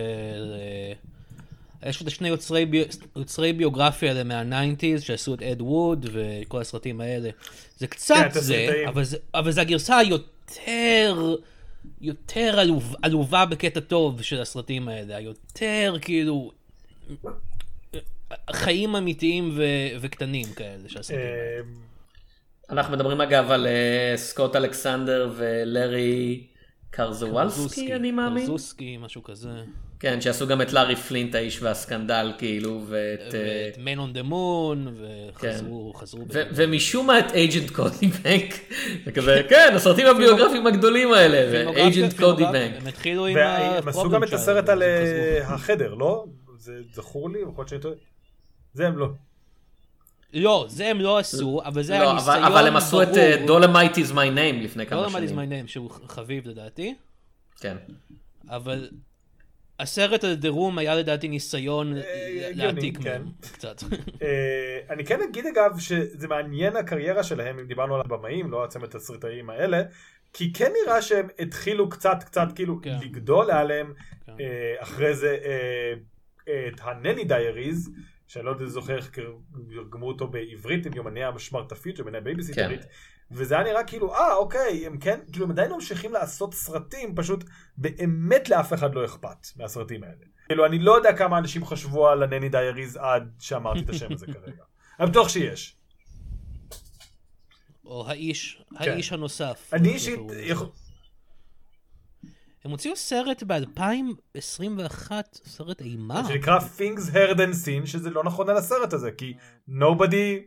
יש את השני יוצרי, בי... יוצרי ביוגרפיה האלה מה-תשעים שעשו את אד ווד וכל הסרטים האלה. זה קצת כן, זה, אבל זה, אבל זה הגרסה היותר, יותר עלוב, עלובה בקטע טוב של הסרטים האלה. היותר כאילו... חיים אמיתיים ו... וקטנים כאלה של הסרטים האלה. אנחנו מדברים אגב על uh, סקוט אלכסנדר ולרי קרזוולסקי, אני מאמין. קרזוסקי, משהו כזה. כן, שעשו גם את לארי פלינט, האיש והסקנדל, כאילו, ואת... ואת Man on the Moon, וחזרו, כן. חזרו... ו- ומשום מה את אייג'נט קודי בנק. זה כזה, כן, הסרטים הביוגרפיים הגדולים האלה, ואייג'נט קודי בנק. הם התחילו עם... והם עשו גם את הסרט על החדר, לא? זה זכור לי, יכול להיות שאני טועה. זה הם לא. לא, זה הם לא עשו, אבל זה לא, הניסיון אבל, אבל הם עשו את uh, Dolomite is my name לפני כמה שנים. Dolomite is my name, שהוא חביב לדעתי. כן. אבל הסרט על The Room היה לדעתי ניסיון להעתיק מהם קצת. אני כן אגיד אגב שזה מעניין הקריירה שלהם, אם דיברנו על הבמאים, לא עצם את הסרטאים האלה, כי כן נראה שהם התחילו קצת קצת כאילו לגדול עליהם, אחרי זה את הנני דייריז, שאני לא יודע זוכר איך ירגמו אותו בעברית עם יומני המשמרטפית, יומני הבייביסיטרית, כן. וזה היה נראה כאילו, אה, אוקיי, הם כן, כאילו הם עדיין ממשיכים לעשות סרטים, פשוט באמת לאף אחד לא אכפת מהסרטים האלה. כאילו, אני לא יודע כמה אנשים חשבו על הנני דייריז עד שאמרתי את השם הזה כרגע. אני בטוח שיש. או האיש, כן. האיש הנוסף. אני אישית... הם הוציאו סרט ב-אלפיים עשרים ואחת, סרט אימה. שנקרא Things Heard and Seen, שזה לא נכון על הסרט הזה, כי nobody...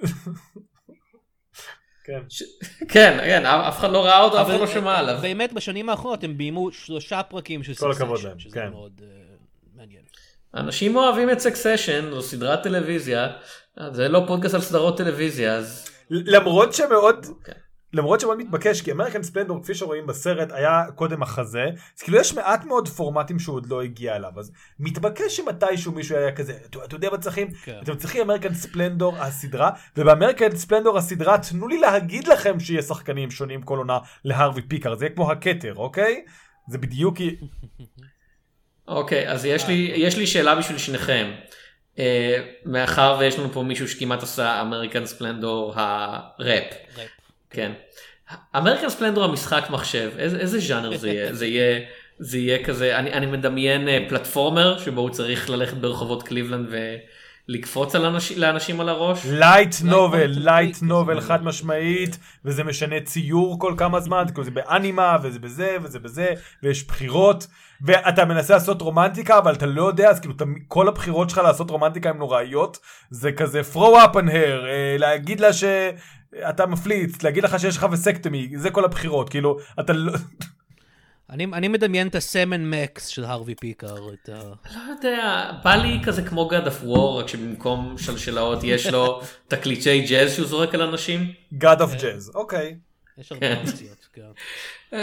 כן. כן, כן, אף אחד לא ראה אותו, אף אחד לא שמע עליו. באמת, בשנים האחרונות הם ביימו שלושה פרקים של כל הכבוד להם, שזה כן. מאוד מעניין. אנשים אוהבים את Succession, זו סדרת טלוויזיה, זה לא פודקאסט על סדרות טלוויזיה, אז... למרות שמאוד... למרות שמאוד מתבקש, כי אמריקן ספלנדור, כפי שרואים בסרט, היה קודם החזה, אז כאילו יש מעט מאוד פורמטים שהוא עוד לא הגיע אליו, אז מתבקש שמתישהו מישהו היה כזה, אתה יודע מה צריכים? אתם צריכים אמריקן ספלנדור הסדרה, ובאמריקן ספלנדור הסדרה, תנו לי להגיד לכם שיהיה שחקנים שונים כל עונה להרווי פיקר, זה יהיה כמו הכתר, אוקיי? זה בדיוק... אוקיי, אז יש לי שאלה בשביל שניכם. מאחר ויש לנו פה מישהו שכמעט עשה אמריקן ספלנדור הראפ. כן. אמריקן ספלנדור המשחק מחשב, איזה, איזה ז'אנר זה יהיה? זה יהיה, זה יהיה כזה, אני, אני מדמיין פלטפורמר שבו הוא צריך ללכת ברחובות קליבלנד ולקפוץ על אנשים, לאנשים על הראש. לייט נובל, לייט נובל חד משמעית, וזה משנה ציור כל כמה זמן, זה באנימה וזה בזה וזה בזה, ויש בחירות, ואתה מנסה לעשות רומנטיקה, אבל אתה לא יודע, אז כאילו כל הבחירות שלך לעשות רומנטיקה הן נוראיות, זה כזה throw up on her, להגיד לה ש... אתה מפליץ, להגיד לך שיש לך וסקטומי, זה כל הבחירות, כאילו, אתה לא... אני, אני מדמיין את הסמן מקס של הרווי פיקר. את ה... לא יודע, בא לי כזה כמו God of War, רק שבמקום שלשלאות יש לו תקליטי ג'אז שהוא זורק על אנשים. God of Jazz, אוקיי. יש הרבה אופציות, כן.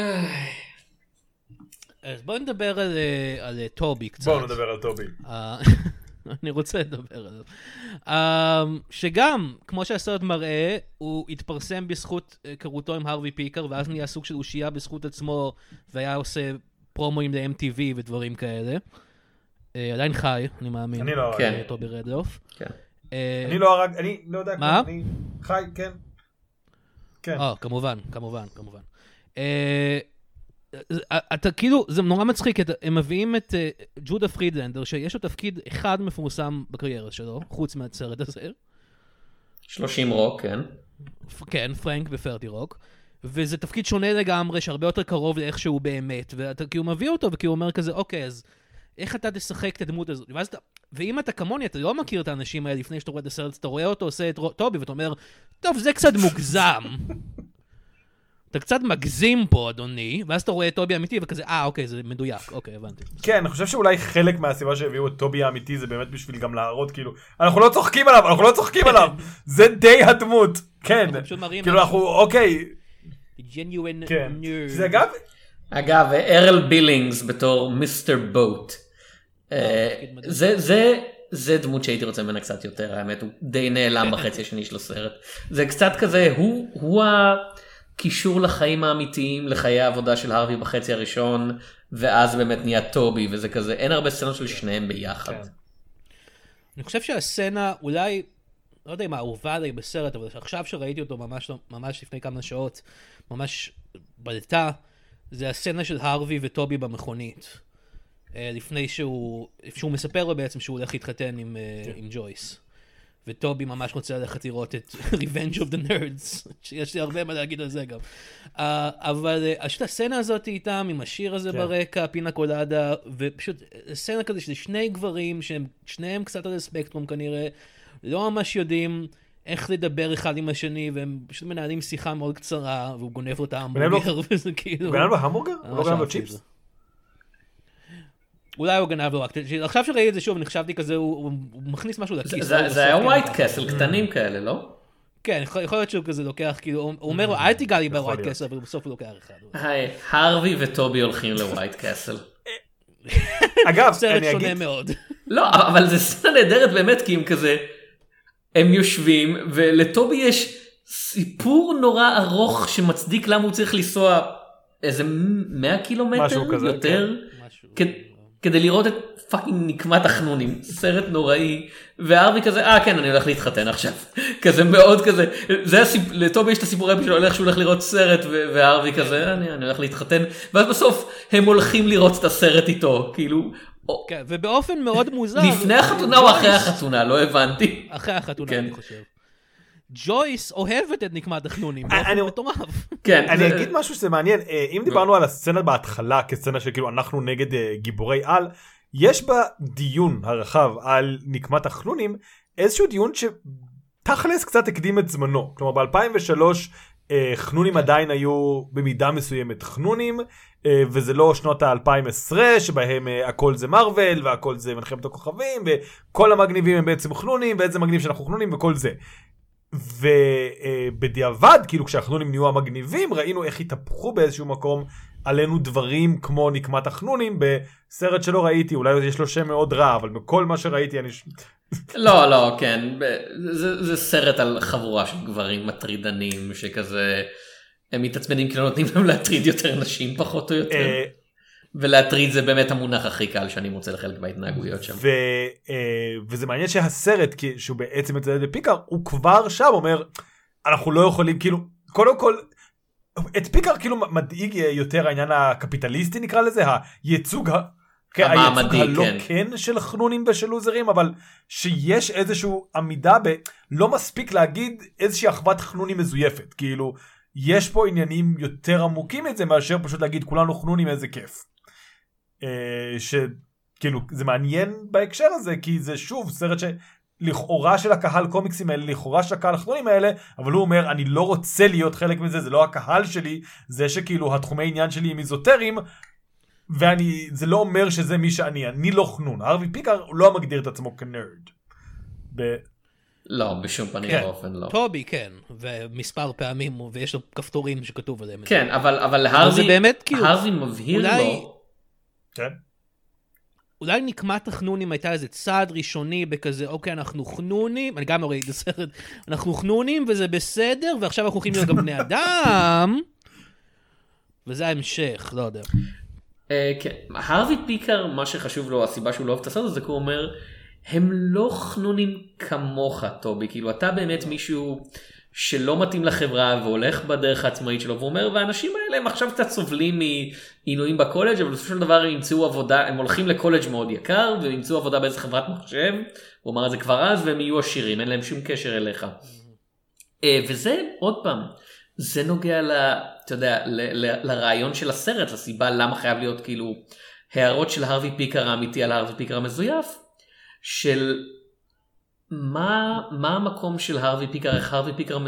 אז בואו נדבר על, על טובי קצת. בואו נדבר על טובי. אני רוצה לדבר עליו. Um, שגם, כמו שהסרט מראה, הוא התפרסם בזכות קרותו עם הרווי פיקר, ואז נהיה סוג של אושייה בזכות עצמו, והיה עושה פרומואים ל-אם טי וי ודברים כאלה. Uh, עדיין חי, אני מאמין. אני לא... כן. טובי רדלוף. כן. Uh, אני לא הרג... אני לא יודע... מה? אני חי, כן. כן. אה, כמובן, כמובן, כמובן. Uh, אתה כאילו, זה נורא מצחיק, הם מביאים את ג'ודה פרידלנדר, שיש לו תפקיד אחד מפורסם בקריירה שלו, חוץ מהסרט הזה. שלושים רוק, כן. כן, פרנק ופרטי רוק. וזה תפקיד שונה לגמרי, שהרבה יותר קרוב לאיך שהוא באמת, ואתה כאילו מביא אותו, וכאילו אומר כזה, אוקיי, אז איך אתה תשחק את הדמות הזאת? אתה, ואם אתה כמוני, אתה לא מכיר את האנשים האלה לפני שאתה רואה את הסרט, אתה רואה אותו, עושה את טובי, ואתה אומר, טוב, זה קצת מוגזם. אתה קצת מגזים פה, אדוני, ואז אתה רואה את טובי אמיתי, וכזה, אה, אוקיי, זה מדויק, אוקיי, הבנתי. כן, אני חושב שאולי חלק מהסיבה שהביאו את טובי האמיתי, זה באמת בשביל גם להראות, כאילו, אנחנו לא צוחקים עליו, אנחנו לא צוחקים עליו, זה די הדמות, כן, כאילו אנחנו, אוקיי. genuine nerd. זה אגב... אגב, ארל בילינגס בתור מיסטר בוט. זה, זה, זה דמות שהייתי רוצה ממנה קצת יותר, האמת, הוא די נעלם בחצי השני של הסרט. זה קצת כזה, הוא, הוא הקישור לחיים האמיתיים, לחיי העבודה של הרווי בחצי הראשון, ואז באמת נהיה טובי, וזה כזה, אין הרבה סצנות של שניהם ביחד. אני חושב שהסצנה, אולי, לא יודע מה, אהובה עליי בסרט, אבל עכשיו שראיתי אותו ממש, ממש לפני כמה שעות, ממש בלטה, זה הסצנה של הרווי וטובי במכונית. לפני שהוא, שהוא מספר לו בעצם שהוא הולך להתחתן עם, עם ג'ויס. וטובי ממש רוצה ללכת לראות את Revenge of the Nerds, שיש לי הרבה מה להגיד על זה גם. Uh, אבל פשוט uh, הסצנה הזאת איתם, עם השיר הזה yeah. ברקע, פינה קולדה, ופשוט סצנה כזה של שני גברים, שהם שניהם קצת על הספקטרום כנראה, לא ממש יודעים איך לדבר אחד עם השני, והם פשוט מנהלים שיחה מאוד קצרה, והוא גונב לו את ההמבורגר, וזה כאילו... הוא גנב לו המבורגר? הוא לא גנב לו צ'יפס? אולי הוא גנב לו רק... עכשיו שראיתי את זה שוב, אני חשבתי כזה, הוא מכניס משהו לכיס. זה היה ווייט קסל, קטנים כאלה, לא? כן, יכול להיות שהוא כזה לוקח, כאילו, הוא אומר לו, אל תיגע לי בווייט קסל, אבל בסוף הוא לוקח אחד. היי, הרווי וטובי הולכים לווייט קסל. אגב, סרט שונה מאוד. לא, אבל זה סצנה נהדרת באמת, כי הם כזה... הם יושבים, ולטובי יש סיפור נורא ארוך שמצדיק למה הוא צריך לנסוע איזה מאה קילומטר יותר, כדי לראות את פאקינג נקמת החנונים, סרט נוראי, והארווי כזה, אה כן, אני הולך להתחתן עכשיו, כזה מאוד כזה, לטובי יש את הסיפור אפי שלו, הולך שהוא הולך לראות סרט, והארווי כזה, אני הולך להתחתן, ואז בסוף הם הולכים לראות את הסרט איתו, כאילו, כן, ובאופן מאוד מוזר. לפני החתונה או אחרי החתונה, לא הבנתי. אחרי החתונה, אני חושב. ג'ויס אוהבת את נקמת החנונים, באופן מטורף. כן, אני אגיד משהו שזה מעניין, אם דיברנו על הסצנה בהתחלה, כסצנה שכאילו אנחנו נגד גיבורי על, יש בה דיון הרחב על נקמת החנונים, איזשהו דיון שתכלס קצת הקדים את זמנו. כלומר, ב-אלפיים ושלוש חנונים עדיין היו במידה מסוימת חנונים, וזה לא שנות ה-אלפיים ועשרה שבהם הכל זה מרוול והכל זה מלחמת הכוכבים וכל המגניבים הם בעצם חנונים ואיזה מגניב שאנחנו חנונים וכל זה. ובדיעבד, כאילו כשהחנונים נהיו המגניבים, ראינו איך התהפכו באיזשהו מקום עלינו דברים כמו נקמת החנונים בסרט שלא ראיתי, אולי יש לו שם מאוד רע, אבל בכל מה שראיתי אני... לא, לא, כן, זה, זה סרט על חבורה של גברים מטרידנים שכזה... הם מתעצמנים כי לא נותנים להם להטריד יותר נשים פחות או יותר. ולהטריד זה באמת המונח הכי קל שאני מוצא לחלק בהתנהגויות שם. וזה מעניין שהסרט, שהוא בעצם את זה לפיקר, הוא כבר שם אומר, אנחנו לא יכולים, כאילו, קודם כל, את פיקר כאילו מדאיג יותר העניין הקפיטליסטי נקרא לזה, הייצוג המעמדי, הלא כן של חנונים ושל לוזרים, אבל שיש איזשהו עמידה ב... לא מספיק להגיד איזושהי אחוות חנונים מזויפת, כאילו, יש פה עניינים יותר עמוקים את זה, מאשר פשוט להגיד כולנו חנונים איזה כיף. שכאילו זה מעניין בהקשר הזה, כי זה שוב סרט שלכאורה של הקהל קומיקסים האלה, לכאורה של הקהל החנונים האלה, אבל הוא אומר אני לא רוצה להיות חלק מזה, זה לא הקהל שלי, זה שכאילו התחומי עניין שלי הם איזוטריים, ואני, זה לא אומר שזה מי שאני, אני לא חנון. הרווי פיקר הוא לא מגדיר את עצמו כנרד. ב... לא, בשום פנים כן. באופן לא. טובי כן, ומספר פעמים, ויש לו כפתורים שכתוב עליהם. כן, אבל, אבל הרווי, באמת, כאילו, הרווי מבהיר אולי, לו. כן. אולי נקמת החנונים הייתה איזה צעד ראשוני בכזה, אוקיי, אנחנו חנונים, אני גם ראיתי את הסרט, אנחנו חנונים וזה בסדר, ועכשיו אנחנו הולכים להיות גם בני אדם, וזה ההמשך, לא יודע. כן, הרווי פיקר, מה שחשוב לו, הסיבה שהוא לא אוהב את הסרט הזה, הוא אומר, הם לא חנונים כמוך, טובי, כאילו אתה באמת מישהו שלא מתאים לחברה והולך בדרך העצמאית שלו, ואומר, והאנשים האלה הם עכשיו קצת סובלים מעינויים בקולג', אבל בסופו של דבר הם ימצאו עבודה, הם הולכים לקולג' מאוד יקר, והם ימצאו עבודה באיזה חברת מחשב, הוא אמר את זה כבר אז, והם יהיו עשירים, אין להם שום קשר אליך. וזה, עוד פעם, זה נוגע ל, אתה יודע, ל, ל, לרעיון של הסרט, לסיבה למה חייב להיות כאילו הערות של הרווי פיקר האמיתי על הרווי פיקר המזויף, של מה, מה המקום של הרווי פיקר, איך הרווי פיקר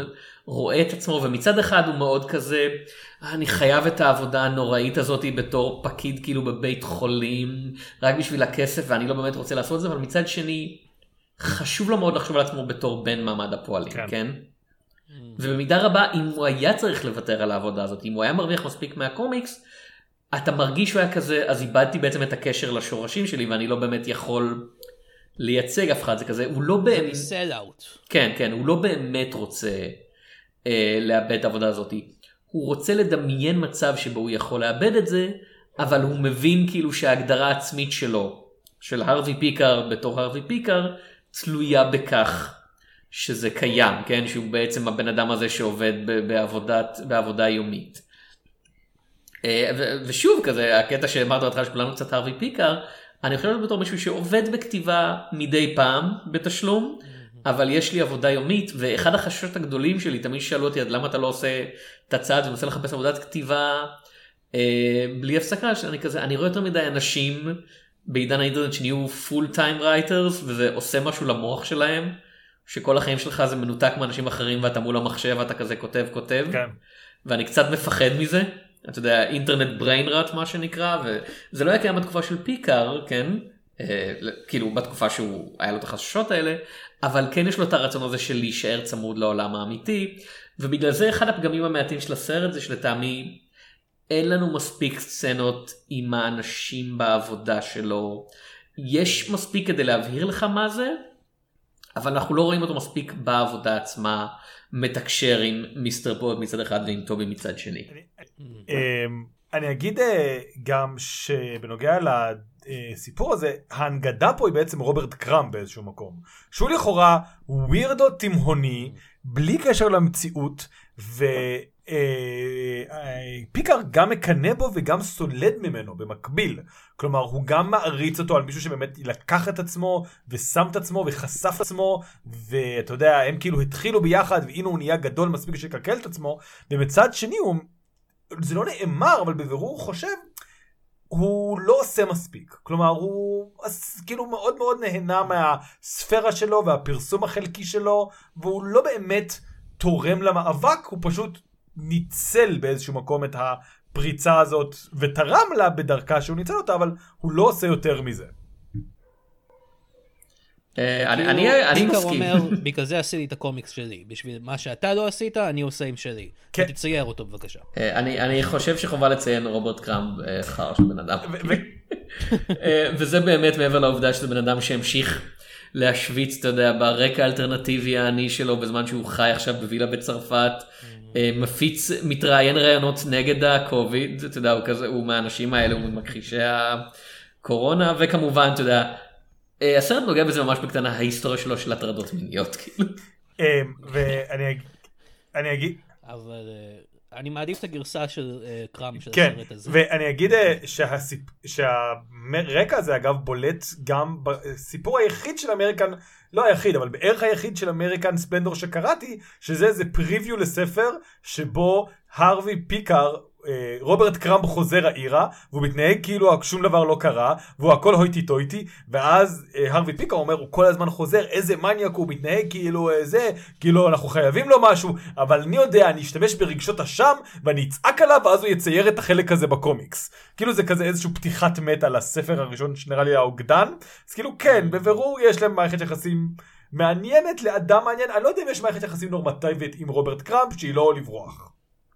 רואה את עצמו, ומצד אחד הוא מאוד כזה, אני חייב את העבודה הנוראית הזאת בתור פקיד כאילו בבית חולים, רק בשביל הכסף, ואני לא באמת רוצה לעשות את זה, אבל מצד שני, חשוב לו מאוד לחשוב על עצמו בתור בן מעמד הפועלים, כן? כן? ובמידה רבה, אם הוא היה צריך לוותר על העבודה הזאת, אם הוא היה מרוויח מספיק מהקומיקס, אתה מרגיש שהוא היה כזה, אז איבדתי בעצם את הקשר לשורשים שלי, ואני לא באמת יכול לייצג אף אחד, זה כזה, הוא לא באמת... סל אאוט. כן, כן, הוא לא באמת רוצה אה, לאבד את העבודה הזאת. הוא רוצה לדמיין מצב שבו הוא יכול לאבד את זה, אבל הוא מבין כאילו שההגדרה העצמית שלו, של הרווי פיקר בתור הרווי פיקר, תלויה בכך שזה קיים, כן? שהוא בעצם הבן אדם הזה שעובד בעבודת, בעבודה יומית. ושוב כזה, הקטע שאמרת בהתחלה שכולנו קצת הרווי פיקר, אני חושב בתור מישהו שעובד בכתיבה מדי פעם בתשלום, אבל יש לי עבודה יומית, ואחד החששות הגדולים שלי, תמיד שאלו אותי, למה אתה לא עושה את הצעד ומנסה לחפש עבודת כתיבה בלי הפסקה, שאני כזה, אני רואה יותר מדי אנשים בעידן האינטרנט שנהיו full time writers, וזה עושה משהו למוח שלהם, שכל החיים שלך זה מנותק מאנשים אחרים, ואתה מול המחשב, ואתה כזה כותב, כותב, כן. ואני קצת מפחד מזה, אתה יודע, אינטרנט בריין ראט מה שנקרא, וזה לא היה קיים בתקופה של פיקר, כן, אה, כאילו בתקופה שהוא היה לו את החששות האלה, אבל כן יש לו את הרצון הזה של להישאר צמוד לעולם האמיתי, ובגלל זה אחד הפגמים המעטים של הסרט זה שלטעמי, אין לנו מספיק סצנות עם האנשים בעבודה שלו, יש מספיק כדי להבהיר לך מה זה, אבל אנחנו לא רואים אותו מספיק בעבודה עצמה, מתקשר עם מיסטר פוט מצד אחד ועם טובי מצד שני. אני אגיד גם שבנוגע לסיפור הזה, ההנגדה פה היא בעצם רוברט קראמב באיזשהו מקום. שהוא לכאורה ווירדו תימהוני, בלי קשר למציאות, ו... פיקר גם מקנה בו וגם סולד ממנו במקביל, כלומר הוא גם מעריץ אותו על מישהו שבאמת לקח את עצמו ושם את עצמו וחשף את עצמו, ואתה יודע הם כאילו התחילו ביחד והנה הוא נהיה גדול מספיק שקלקל את עצמו, ומצד שני הוא, זה לא נאמר אבל בבירור הוא חושב הוא לא עושה מספיק, כלומר הוא כאילו מאוד מאוד נהנה מהספירה שלו והפרסום החלקי שלו, והוא לא באמת תורם למאבק, הוא פשוט ניצל באיזשהו מקום את הפריצה הזאת ותרם לה בדרכה שהוא ניצל אותה, אבל הוא לא עושה יותר מזה. אני מסכים. בגלל זה עשיתי את הקומיקס שלי, בשביל מה שאתה לא עשית אני עושה עם שלי. תצייר אותו בבקשה. אני חושב שחובה לציין רוברט קראמב חר של בן אדם, וזה באמת מעבר לעובדה שזה בן אדם שהמשיך להשוויץ, אתה יודע, ברקע האלטרנטיבי העני שלו, בזמן שהוא חי עכשיו בווילה בצרפת, מפיץ, מתראיין רעיונות נגד הקוביד, אתה יודע, הוא כזה, הוא מהאנשים האלה, הוא ממכחישי הקורונה, וכמובן, אתה יודע, הסרט נוגע בזה ממש בקטנה, ההיסטוריה שלו של הטרדות מיניות, כאילו. ואני אגיד... אבל... אני מעדיף את הגרסה של קראמב של כן, הסרט הזה. ואני אגיד שהסיפ... שהרקע הזה אגב בולט גם בסיפור היחיד של אמריקן, לא היחיד, אבל בערך היחיד של אמריקן ספלנדור שקראתי, שזה איזה פריוויו לספר שבו הרווי פיקר, רוברט קראמב חוזר העירה, והוא מתנהג כאילו שום דבר לא קרה, והוא הכל הויטי טויטי, ואז הרווי פיקר אומר, הוא כל הזמן חוזר, איזה מניאק הוא מתנהג כאילו זה, כאילו אנחנו חייבים לו משהו, אבל אני יודע, אני אשתמש ברגשות אשם, ואני אצעק עליו, ואז הוא יצייר את החלק הזה בקומיקס. כאילו זה כזה איזשהו פתיחת מטה לספר הראשון שנראה לי האוגדן, אז כאילו כן, בבירור יש להם מערכת יחסים מעניינת לאדם מעניין, אני לא יודע אם יש מערכת יחסים נורמטיבית עם רוברט קראמב, שהיא לא לברוח.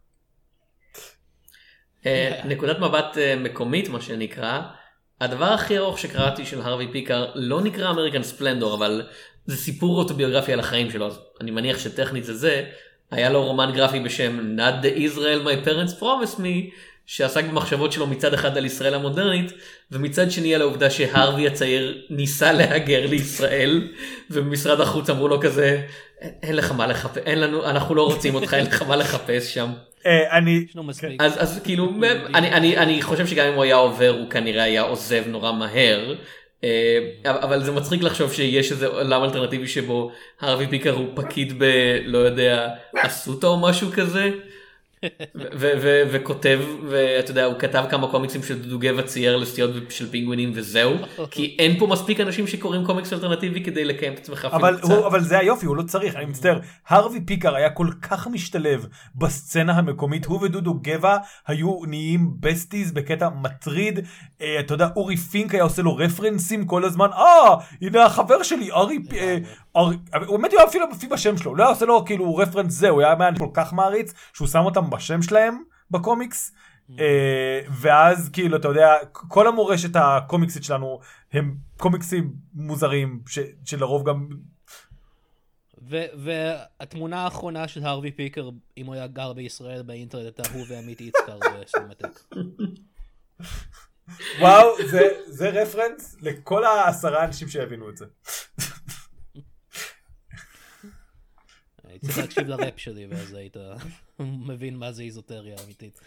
נקודת מבט מקומית מה שנקרא, הדבר הכי ארוך שקראתי של הרווי פיקר לא נקרא אמריקן ספלנדור, אבל זה סיפור אוטוביוגרפי על החיים שלו, אז אני מניח שטכנית זה זה, היה לו רומן גרפי בשם Not the Israel My Parents Promised Me, שעסק במחשבות שלו מצד אחד על ישראל המודרנית, ומצד שני על העובדה שהרווי הצעיר ניסה להגר לישראל, ובמשרד החוץ אמרו לו כזה, אין לך מה לחפש, אין לנו, אנחנו לא רוצים אותך, אין לך מה לחפש שם. אני אז אז כאילו אני אני אני חושב שגם אם הוא היה עובר הוא כנראה היה עוזב נורא מהר, אבל זה מצחיק לחשוב שיש איזה עולם אלטרנטיבי שבו הרווי פיקר הוא פקיד בלא יודע אסותא או משהו כזה. וכותב, ואתה יודע, הוא כתב כמה קומיקסים של דודו צייר לסטיות של פינגווינים וזהו, כי אין פה מספיק אנשים שקוראים קומיקס אלטרנטיבי כדי לקיים את עצמך אפילו קצת. אבל זה היופי, הוא לא צריך, אני מצטער, הרווי פיקר היה כל כך משתלב בסצנה המקומית, הוא ודודו גבע היו נהיים בסטיז בקטע מטריד, אתה יודע, אורי פינק היה עושה לו רפרנסים כל הזמן, אה, הנה החבר שלי, ארי, הוא באמת היה אפילו בשם שלו, לא היה עושה לו כאילו רפרנס זה, הוא היה מעניין כל כך מעריץ, שהוא שם אותם בשם שלהם בקומיקס, ואז כאילו אתה יודע, כל המורשת הקומיקסית שלנו הם קומיקסים מוזרים שלרוב גם... והתמונה האחרונה של הרווי פיקר, אם הוא היה גר בישראל באינטרנט, הייתה הוא ועמית יצקר בסינמטק. וואו, זה רפרנס לכל העשרה אנשים שיבינו את זה. צריך להקשיב לראפ שלי, ואז היית מבין מה זה איזוטריה אמיתית.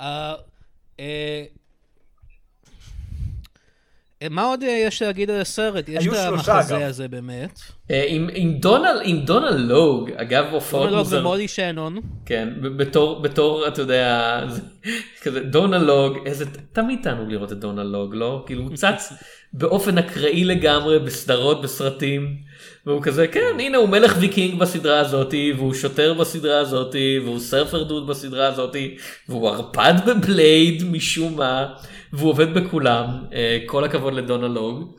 מה עוד יש להגיד על הסרט? יש את המחזה הזה באמת. עם דונלד לוג, אגב, הופעות דונלד לוג ומולי שנון. כן, בתור, אתה יודע, דונלד לוג, איזה, תמיד תענוג לראות את דונלד לוג, לא? כאילו הוא צץ באופן אקראי לגמרי, בסדרות, בסרטים, והוא כזה, כן, הנה הוא מלך ויקינג בסדרה הזאת, והוא שוטר בסדרה הזאת, והוא סרפר דוד בסדרה הזאת, והוא הרפד בבלייד משום מה, והוא עובד בכולם, כל הכבוד לדונלד לוג.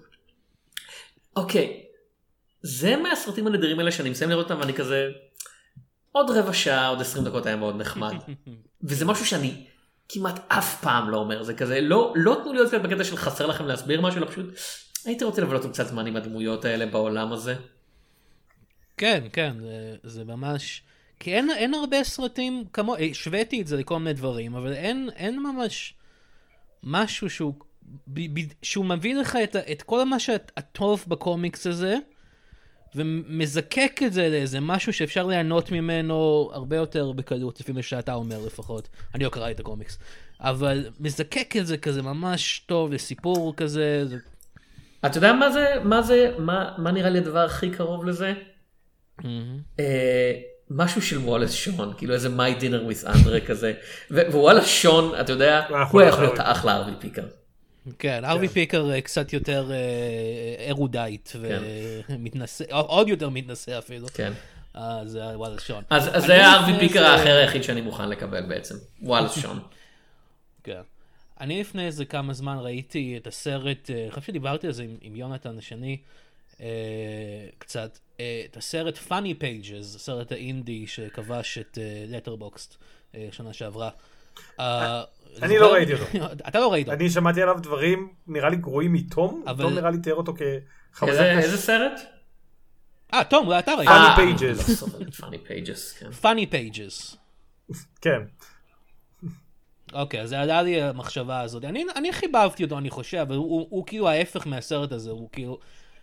אוקיי, זה מהסרטים הנדירים האלה שאני מסיים לראות אותם, ואני כזה, עוד רבע שעה, עוד עשרים דקות היה מאוד נחמד. וזה משהו שאני כמעט אף פעם לא אומר, זה כזה, לא, לא תנו להיות בקטע של חסר לכם להסביר משהו, לא פשוט, הייתי רוצה לבלות קצת זמן עם הדמויות האלה בעולם הזה. כן, כן, זה, זה ממש, כי אין, אין הרבה סרטים כמו, שוויתי את זה לכל מיני דברים, אבל אין, אין ממש משהו שהוא, ב, ב, שהוא מביא לך את, את כל מה שהטוב בקומיקס הזה, ומזקק את זה לאיזה משהו שאפשר ליהנות ממנו הרבה יותר בקלות, לפי מה שאתה אומר לפחות. אני לא קראי את הקומיקס. אבל מזקק את זה כזה ממש טוב, לסיפור כזה. זה... אתה יודע מה זה, מה זה, מה, מה נראה לי הדבר הכי קרוב לזה? Mm-hmm. אה, משהו של וואלס שון, כאילו איזה My Dinner with Andre כזה. ווואלס שון, אתה יודע, הוא היה יכול להיות האח לארווי פיקר. כן, ארווי פיקר קצת יותר אירודייט ומתנשא, עוד יותר מתנשא אפילו. כן. אז וואלס שון. אז זה הארווי פיקר האחר היחיד שאני מוכן לקבל בעצם, וואלס שון. כן. אני לפני איזה כמה זמן ראיתי את הסרט, אני חושב שדיברתי על זה עם יונתן השני, קצת, את הסרט Funny Pages, הסרט האינדי שכבש את Letterboxd שנה שעברה. אני לא ראיתי אותו. אתה לא ראית אותו. אני שמעתי עליו דברים, נראה לי גרועים מתום, תום נראה לי תיאר אותו כחוויה. איזה סרט? אה, תום, אולי אתה ראית. Funny Pages. Funny Pages, כן. Funny Pages. כן. אוקיי, אז זה עלה לי המחשבה הזאת. אני חיבבתי אותו, אני חושב, אבל הוא כאילו ההפך מהסרט הזה, הוא כאילו...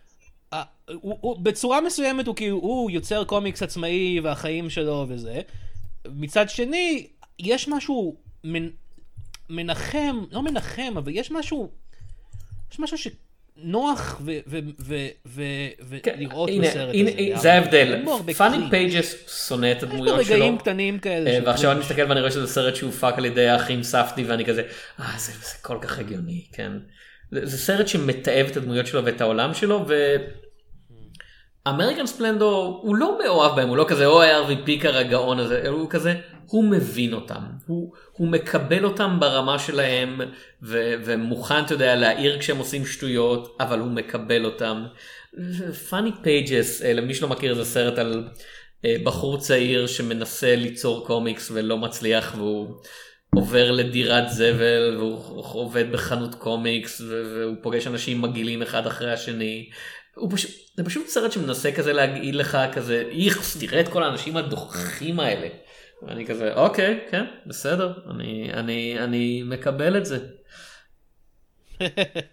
בצורה מסוימת הוא כאילו, הוא יוצר קומיקס עצמאי והחיים שלו וזה. מצד שני, יש משהו מנחם, לא מנחם, אבל יש משהו, יש משהו שנוח ולראות בסרט הזה. זה ההבדל. Funny Pages שונא את הדמויות שלו. יש לו רגעים קטנים כאלה. ועכשיו אני מסתכל ואני רואה שזה סרט שהופק על ידי האחים ספדי, ואני כזה, אה, זה כל כך הגיוני, כן. זה סרט שמתאב את הדמויות שלו ואת העולם שלו, ו... אמריקן ספלנדור הוא לא מאוהב בהם, הוא לא כזה אוי ארווי פיקר הגאון הזה, הוא כזה, הוא מבין אותם, הוא, הוא מקבל אותם ברמה שלהם, ו, ומוכן, אתה יודע, להעיר כשהם עושים שטויות, אבל הוא מקבל אותם. Funny Pages, למי שלא מכיר, זה סרט על בחור צעיר שמנסה ליצור קומיקס ולא מצליח, והוא עובר לדירת זבל, והוא עובד בחנות קומיקס, והוא פוגש אנשים מגעילים אחד אחרי השני. הוא פשוט, זה פשוט סרט שמנסה כזה להגיד לך כזה, איך, תראה את כל האנשים הדוחים האלה. ואני כזה, אוקיי, כן, בסדר, אני, אני, אני מקבל את זה. אני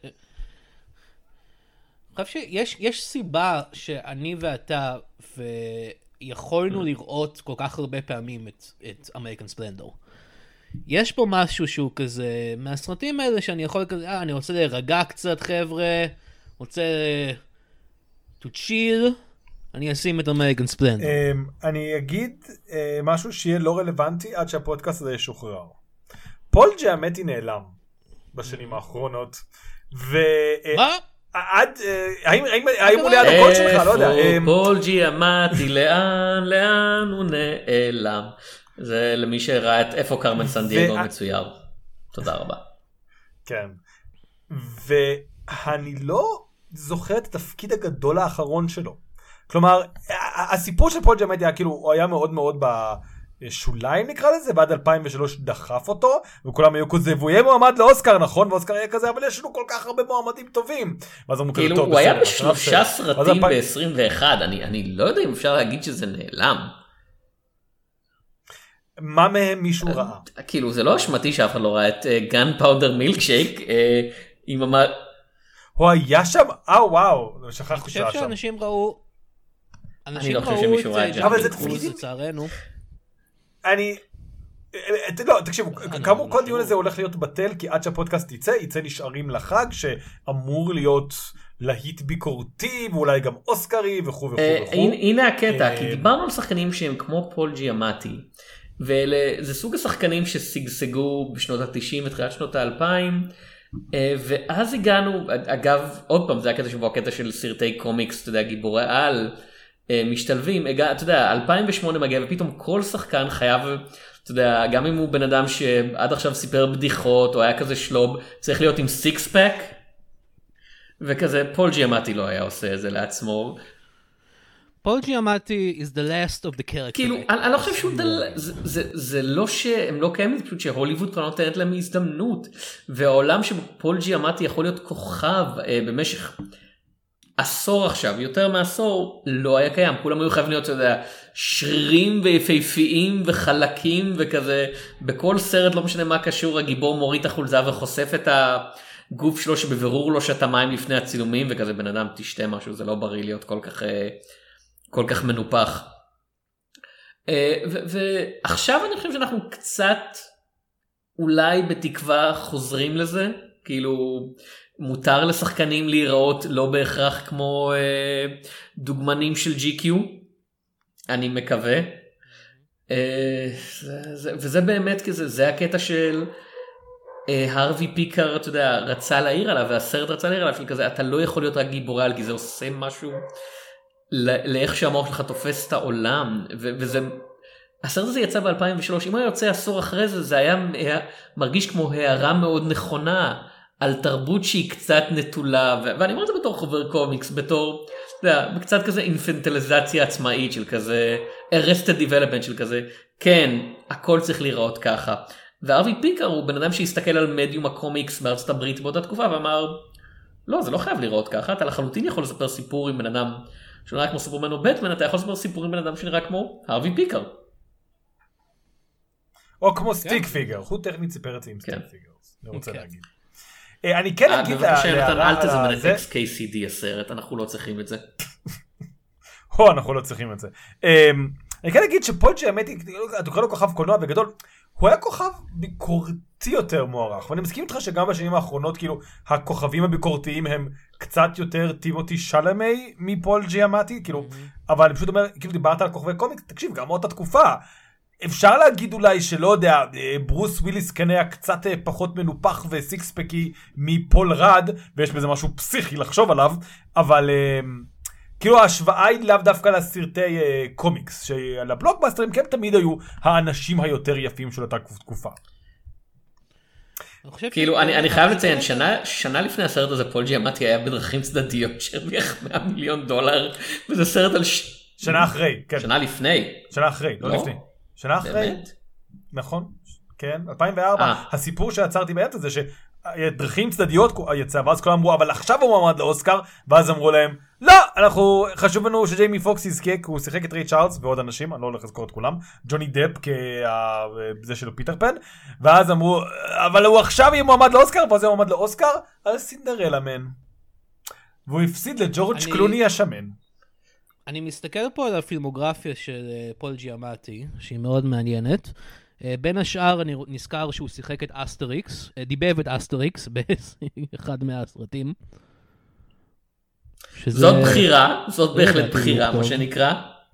חושב שיש, יש סיבה שאני ואתה, ויכולנו לראות כל כך הרבה פעמים את, את אמריקן ספלנדור. יש פה משהו שהוא כזה, מהסרטים האלה שאני יכול כזה, אה, אני רוצה להירגע קצת חבר'ה, רוצה... to chill, אני אשים את אמריקן ספלנדור. אני אגיד משהו שיהיה לא רלוונטי עד שהפודקאסט הזה ישוחרר. פול ג'יאמטי נעלם בשנים האחרונות. מה? עד, האם הוא ליד הקול שלך? לא יודע. איפה פול ג'יאמטי, לאן, לאן הוא נעלם. זה למי שראה את איפה קרמן סן דייגו מצויר. תודה רבה. כן. ואני לא זוכר את התפקיד הגדול האחרון שלו. כלומר, הסיפור של פול ג'יאמטי היה כאילו, הוא היה מאוד מאוד בשוליים נקרא לזה, ועד אלפיים ושלוש דחף אותו, וכולם היו כזה, והוא יהיה מועמד לאוסקר, נכון? ואוסקר יהיה כזה, אבל יש לנו כל כך הרבה מועמדים טובים. ואז הוא כאילו, הוא היה בשלושה סרטים ב-עשרים ואחת, אני לא יודע אם אפשר להגיד שזה נעלם. מה מהם מישהו ראה? כאילו, זה לא אשמתי שאף אחד לא ראה את גן פאודר מילקשייק, עם המ... הוא היה שם? אה, וואו, שכחתי שהיה שם. אני חושב שאנשים ראו... אני לא חושב שמישהו ראה את זה. אבל זה תפקידים... לצערנו. אני... לא, תקשיבו, כאמור, כל דיון הזה הולך להיות בטל, כי עד שהפודקאסט יצא, יצא נשארים לחג, שאמור להיות להיט ביקורתי, ואולי גם אוסקרי, וכו' וכו' וכו'. הנה הקטע, כי דיברנו על שחקנים שהם כמו פול ג'יאמטי, וזה סוג השחקנים ששגשגו בשנות ה-תשעים ותחילת שנות ה-אלפיים, ואז הגענו, אגב, עוד פעם, זה הקטע שבו הקטע של סרטי קומיקס, אתה יודע, גיבורי על, משתלבים, אתה יודע, אלפיים ושמונה מגיע, ופתאום כל שחקן חייב, אתה יודע, גם אם הוא בן אדם שעד עכשיו סיפר בדיחות, או היה כזה שלוב, צריך להיות עם סיקס פק, וכזה, פול ג'יאמטי לא היה עושה את זה לעצמו. פול ג'יאמטי is the last of the character. כאילו, אני לא חושב שהוא, זה לא שהם לא קיימים, זה פשוט שהוליווד כבר נותנת להם הזדמנות, והעולם שפול ג'יאמטי יכול להיות כוכב במשך עשור עכשיו, יותר מעשור, לא היה קיים. כולם היו חייבים להיות, אתה יודע, שרירים ויפהפיים וחלקים וכזה, בכל סרט, לא משנה מה קשור, הגיבור מוריד את החולצה וחושף את הגוף שלו, שבבירור לא שתה מים לפני הצילומים, וכזה בן אדם תשתה משהו, זה לא בריא להיות כל כך... כל כך מנופח. ועכשיו אני חושב שאנחנו קצת, אולי בתקווה חוזרים לזה, כאילו מותר לשחקנים להיראות לא בהכרח כמו דוגמנים של ג'י קיו, אני מקווה. וזה באמת כזה, זה הקטע של הרווי פיקר, אתה יודע, רצה להעיר עליו, והסרט רצה להעיר עליו, של כזה, אתה לא יכול להיות רק גיבורי על, כי זה עושה משהו... לאיך שהמוח שלך תופס את העולם, וזה, הסרט הזה יצא ב-אלפיים ושלוש, אם היה יוצא עשור אחרי זה, זה היה, היה מרגיש כמו הערה מאוד נכונה, על תרבות שהיא קצת נטולה, ו- ואני אומר את זה בתור חבר קומיקס, בתור, אתה יודע, קצת כזה אינפנטליזציה עצמאית של כזה, arrested development של כזה, כן, הכל צריך להיראות ככה, והרווי פיקר הוא בן אדם שהסתכל על מדיום הקומיקס בארצות הברית באותה תקופה, ואמר, לא, זה לא חייב להיראות ככה, אתה לחלוטין יכול לספר סיפור עם בן אדם, שנראה כמו סופרמן או בטמן, אתה יכול לספר סיפורים בן אדם שנראה כמו הרווי פיקר. או כמו סטיק פיגר, הוא טכנית סיפר את זה עם סטיק פיגר, אני רוצה להגיד. אני כן אגיד... בבקשה נתן, אל תזמן את אקס קיי סי די הסרט, אנחנו לא צריכים את זה. או, אנחנו לא צריכים את זה. אני כן אגיד שפול ג'יאמטי, אתה קורא לו כוכב קולנוע בגדול, הוא היה כוכב ביקורתי יותר מוערך, ואני מסכים איתך שגם בשנים האחרונות, כאילו, הכוכבים הביקורתיים הם קצת יותר טימותי שלמי מפול ג'יאמטי, כאילו, אבל אני פשוט אומר, כאילו דיברת על כוכבי קומיקס, תקשיב, גם אותה תקופה, אפשר להגיד אולי שלא יודע, ברוס וויליס כן היה קצת פחות מנופח וסיקספקי מפול רד, ויש בזה משהו פסיכי לחשוב עליו, אבל... כאילו ההשוואה היא לאו דווקא לסרטי uh, קומיקס, שלבלוקבאסטרים כן תמיד היו האנשים היותר יפים של אותה תקופה. כאילו אני, אני חייב לציין, שנה, שנה לפני הסרט הזה פול ג'יאמטי היה בדרכים צדדיות שהרוויח מאה מיליון דולר, וזה סרט על... ש... שנה אחרי, כן. שנה לפני. שנה אחרי, לא, לא לפני. שנה אחרי. באמת? נכון, כן, אלפיים וארבע. 아. הסיפור שעצרתי באמצע זה שדרכים צדדיות יצא, ואז כולם אמרו, אבל עכשיו הוא מועמד לאוסקר, ואז אמרו להם, לא, אנחנו, חשוב לנו שג'יימי פוקס יזכה, כי הוא שיחק את ריי צ'ארלס ועוד אנשים, אני לא הולך לזכור את כולם, ג'וני דפ כזה של פיטר פן, ואז אמרו, אבל הוא עכשיו יהיה מועמד לאוסקר, ואז הוא מועמד לאוסקר, על סינדרלה מן. והוא הפסיד לג'ורג' אני... קלוני השמן. אני מסתכל פה על הפילמוגרפיה של פול ג'יאמטי, שהיא מאוד מעניינת. בין השאר אני נזכר שהוא שיחק את אסטריקס, דיבב את אסטריקס באחד מהסרטים. שזה... זאת בחירה, זאת בהחלט לדעתי בחירה, טוב. מה שנקרא.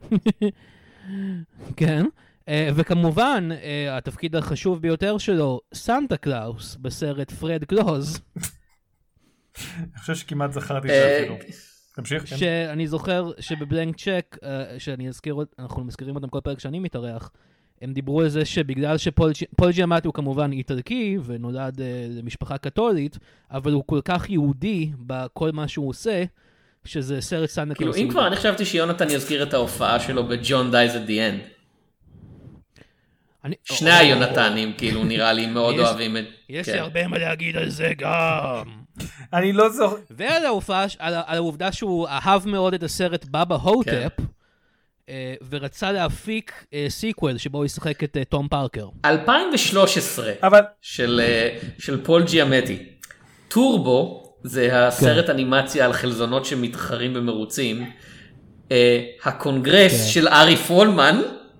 כן, אה, וכמובן, אה, התפקיד החשוב ביותר שלו, סנטה קלאוס, בסרט פרד קלוז, אני חושב שכמעט זכרתי אה, זה אפילו. תמשיך, כן. שאני זוכר שבבלנק צ'ק, אה, שאני אזכיר, אנחנו מזכירים אותם כל פרק שאני מתארח, הם דיברו על זה שבגלל שפול ג'יאמטי הוא כמובן איטלקי ונולד אה, למשפחה קתולית, אבל הוא כל כך יהודי בכל מה שהוא עושה, שזה סרט סנטה כאילו, קלאוס. אם כבר, אני חשבתי שיונתן יזכיר את ההופעה שלו ב-John Dies at the End. אני- שני או- היונתנים, כאילו, נראה לי מאוד יש- אוהבים את... יש כן. לי הרבה מה להגיד על זה גם. אני לא זוכר. ועל ההופעה, על, על העובדה שהוא אהב מאוד את הסרט בבא הוטפ, אה, ורצה להפיק אה, סיקוול שבו הוא ישחק את אה, תום פארקר. אלפיים ושלוש עשרה אבל של, אה, של פול ג'יאמטי. טורבו זה הסרט אנימציה על חלזונות שמתחרים במרוצים. אה, הקונגרס כן. של ארי פולמן.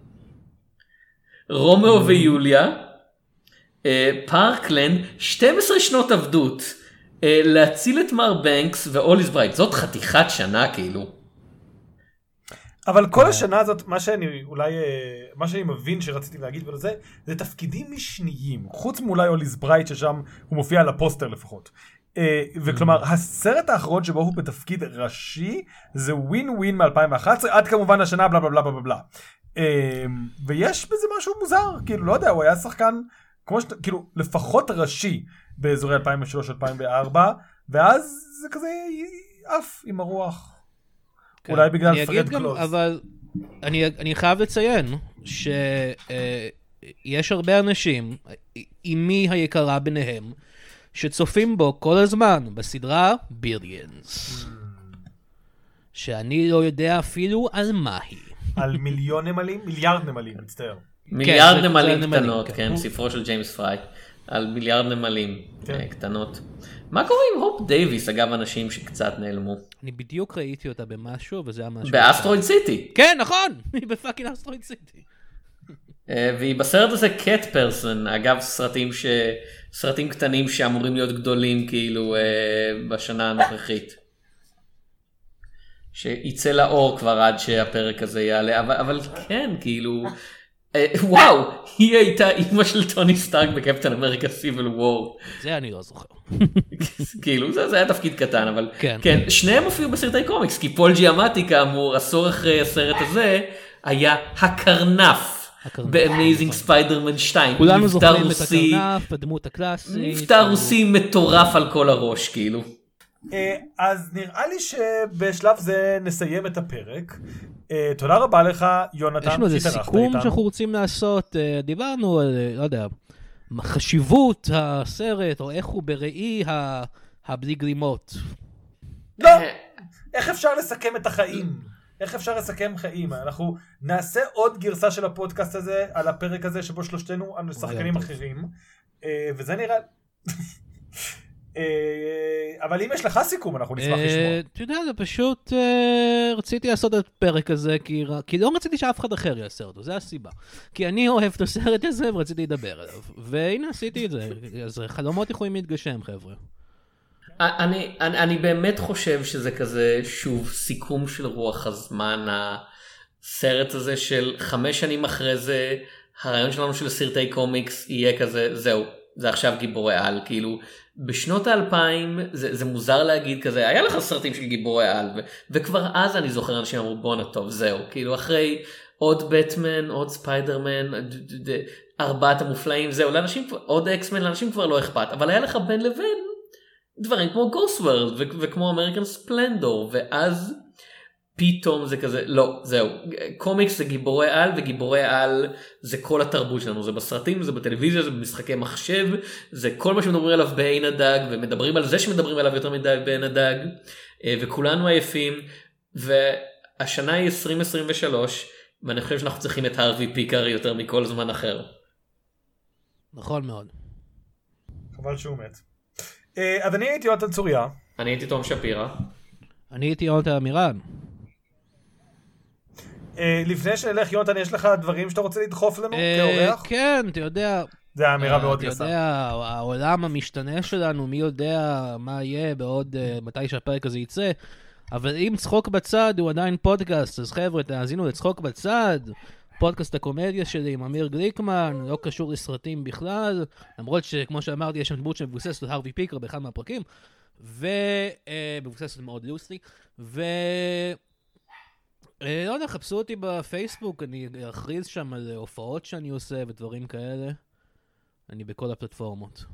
רומאו ויוליה. אה, פארקלנד. שתים עשרה שנות עבדות. אה, להציל את מר בנקס ואוליס ברייט. זאת חתיכת שנה כאילו. אבל כל השנה הזאת, מה שאני אולי, אה, מה שאני מבין שרציתי להגיד ולזה, זה תפקידים משניים, חוץ מאולי אוליס ברייט ששם הוא מופיע על הפוסטר לפחות. אה, וכלומר, הסרט האחרון שבו הוא בתפקיד ראשי, זה ווין ווין מ-אלפיים ואחת עשרה, עד כמובן השנה בלה בלה בלה בלה בלה. אה, ויש בזה משהו מוזר, כאילו, לא יודע, הוא היה שחקן, כמו ש... כאילו, לפחות ראשי באזורי אלפיים ושלוש אלפיים וארבע, ואז זה כזה עף עם הרוח. אולי בגלל אני אגיד פרד גם, קלוז. אבל אני, אני חייב לציין שיש הרבה אנשים, אמי היקרה ביניהם, שצופים בו כל הזמן בסדרה ביליאנס. שאני לא יודע אפילו על מה היא. על מיליון נמלים? מיליארד נמלים, מצטער. מיליארד זה- נמלים זה נמלים, קטנות, כן. כן, ספרו של ג'יימס פריי, על מיליארד נמלים כן. אה, קטנות. מה קורה עם הופ דייביס, אגב, אנשים שקצת נעלמו? אני בדיוק ראיתי אותה במשהו, וזה היה משהו... באסטרואיד סיטי. כן, נכון! היא בפאקינג אסטרואיד סיטי. אה, והיא בסרט הזה קט פרסון, אגב, סרטים ש... סרטים קטנים שאמורים להיות גדולים, כאילו, אה, בשנה הנוכחית. שיצא לאור כבר עד שהפרק הזה יעלה, אבל, אבל כן, כאילו, אה, וואו, היא הייתה אימא של טוני סטארק בקפטן אמריקה סיביל וור. זה אני לא זוכר. כאילו, זה, זה היה תפקיד קטן, אבל כן. כן, שניהם הופיעו בסרטי קומיקס, כי פול ג'יאמטי, כאמור, עשור אחרי הסרט הזה, היה הקרנף הקרנף. באמייזינג ספיידרמן שתיים. כולנו מבטא זוכרים את רוסי- הקרנף, הדמות הקלאסית. מבטא רוסי מטורף על כל הראש, כאילו. אה, אז נראה לי שבשלב זה נסיים את הפרק. אה, תודה רבה לך, יונתן, יש לנו איזה שהתארחת סיכום איתנו. שאנחנו רוצים לעשות, אה, דיברנו על, אה, לא יודע, חשיבות הסרט, או איך הוא בראי ה- הבלי גלימות. לא, איך אפשר לסכם את החיים? איך אפשר לסכם חיים? אנחנו נעשה עוד גרסה של הפודקאסט הזה, על הפרק הזה שבו שלושתנו על שחקנים טוב. אחרים, אה, וזה נראה... אה, אבל אם יש לך סיכום, אנחנו נשמח אה, לשמוע. אתה יודע, זה פשוט, אה, רציתי לעשות את הפרק הזה, כי ר- כי לא רציתי שאף אחד אחר יעשה אותו, זה הסיבה. כי אני אוהב את הסרט הזה ורציתי לדבר עליו. והנה עשיתי את זה, אז חלומות יכולים להתגשם, חבר'ה. אני, אני, אני באמת חושב שזה כזה, שוב, סיכום של רוח הזמן, הסרט הזה של חמש שנים אחרי זה, הרעיון שלנו של סרטי קומיקס יהיה כזה, זהו, זה עכשיו גיבורי על, כאילו, בשנות האלפיים, זה, זה מוזר להגיד כזה, היה לך סרטים של גיבורי על, ו, וכבר אז אני זוכר אנשים אמרו, בונה טוב, זהו, כאילו, אחרי עוד בטמן, עוד ספיידרמן, ד, ד, ד, ארבעת המופלאים, זהו, לאנשים, עוד אקסמן, לאנשים כבר לא אכפת, אבל היה לך בין לבין, דברים כמו גוסט וורלד ו- וכמו אמריקן ספלנדור, ואז פתאום זה כזה, לא, זהו, קומיקס זה גיבורי על, וגיבורי על זה כל התרבות שלנו, זה בסרטים, זה בטלוויזיה, זה במשחקי מחשב, זה כל מה שמדברים עליו בעין הדג, ומדברים על זה שמדברים עליו יותר מדי בעין הדג, וכולנו עייפים, והשנה היא עשרים עשרים ושלוש, ואני חושב שאנחנו צריכים את הרווי פיקר יותר מכל זמן אחר. נכון מאוד. חבל שהוא מת. אה, אז אני הייתי יונתן צוריה. אני הייתי תום שפירא. אני הייתי יונתן אמירן. אה, לפני שנלך, יונתן, יש לך דברים שאתה רוצה לדחוף לנו אה, כאורח? כן, אתה יודע, זה היה אמירה אה, מאוד אתה גסה. יודע, העולם המשתנה שלנו, מי יודע מה יהיה בעוד, אה, מתי שהפרק הזה יצא, אבל אם צחוק בצד הוא עדיין פודקאסט, אז חבר'ה, תאזינו לצחוק בצד, פודקאסט הקומדיה שלי עם אמיר גליקמן, לא קשור לסרטים בכלל, למרות שכמו שאמרתי, יש שם דמות שמבוססת על הרווי פיקר באחד מהפרקים, ומבוססת מאוד לוסי, ו... לא יודע, חפשו אותי בפייסבוק, אני אכריז שם על הופעות שאני עושה ודברים כאלה. אני בכל הפלטפורמות.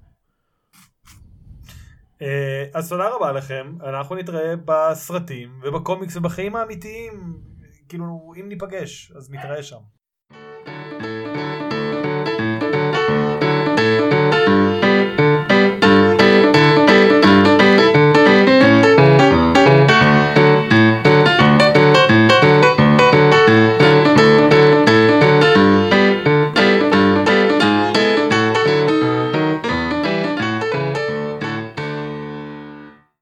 אז תודה רבה לכם, אנחנו נתראה בסרטים ובקומיקס ובחיים האמיתיים, כאילו אם ניפגש אז נתראה שם.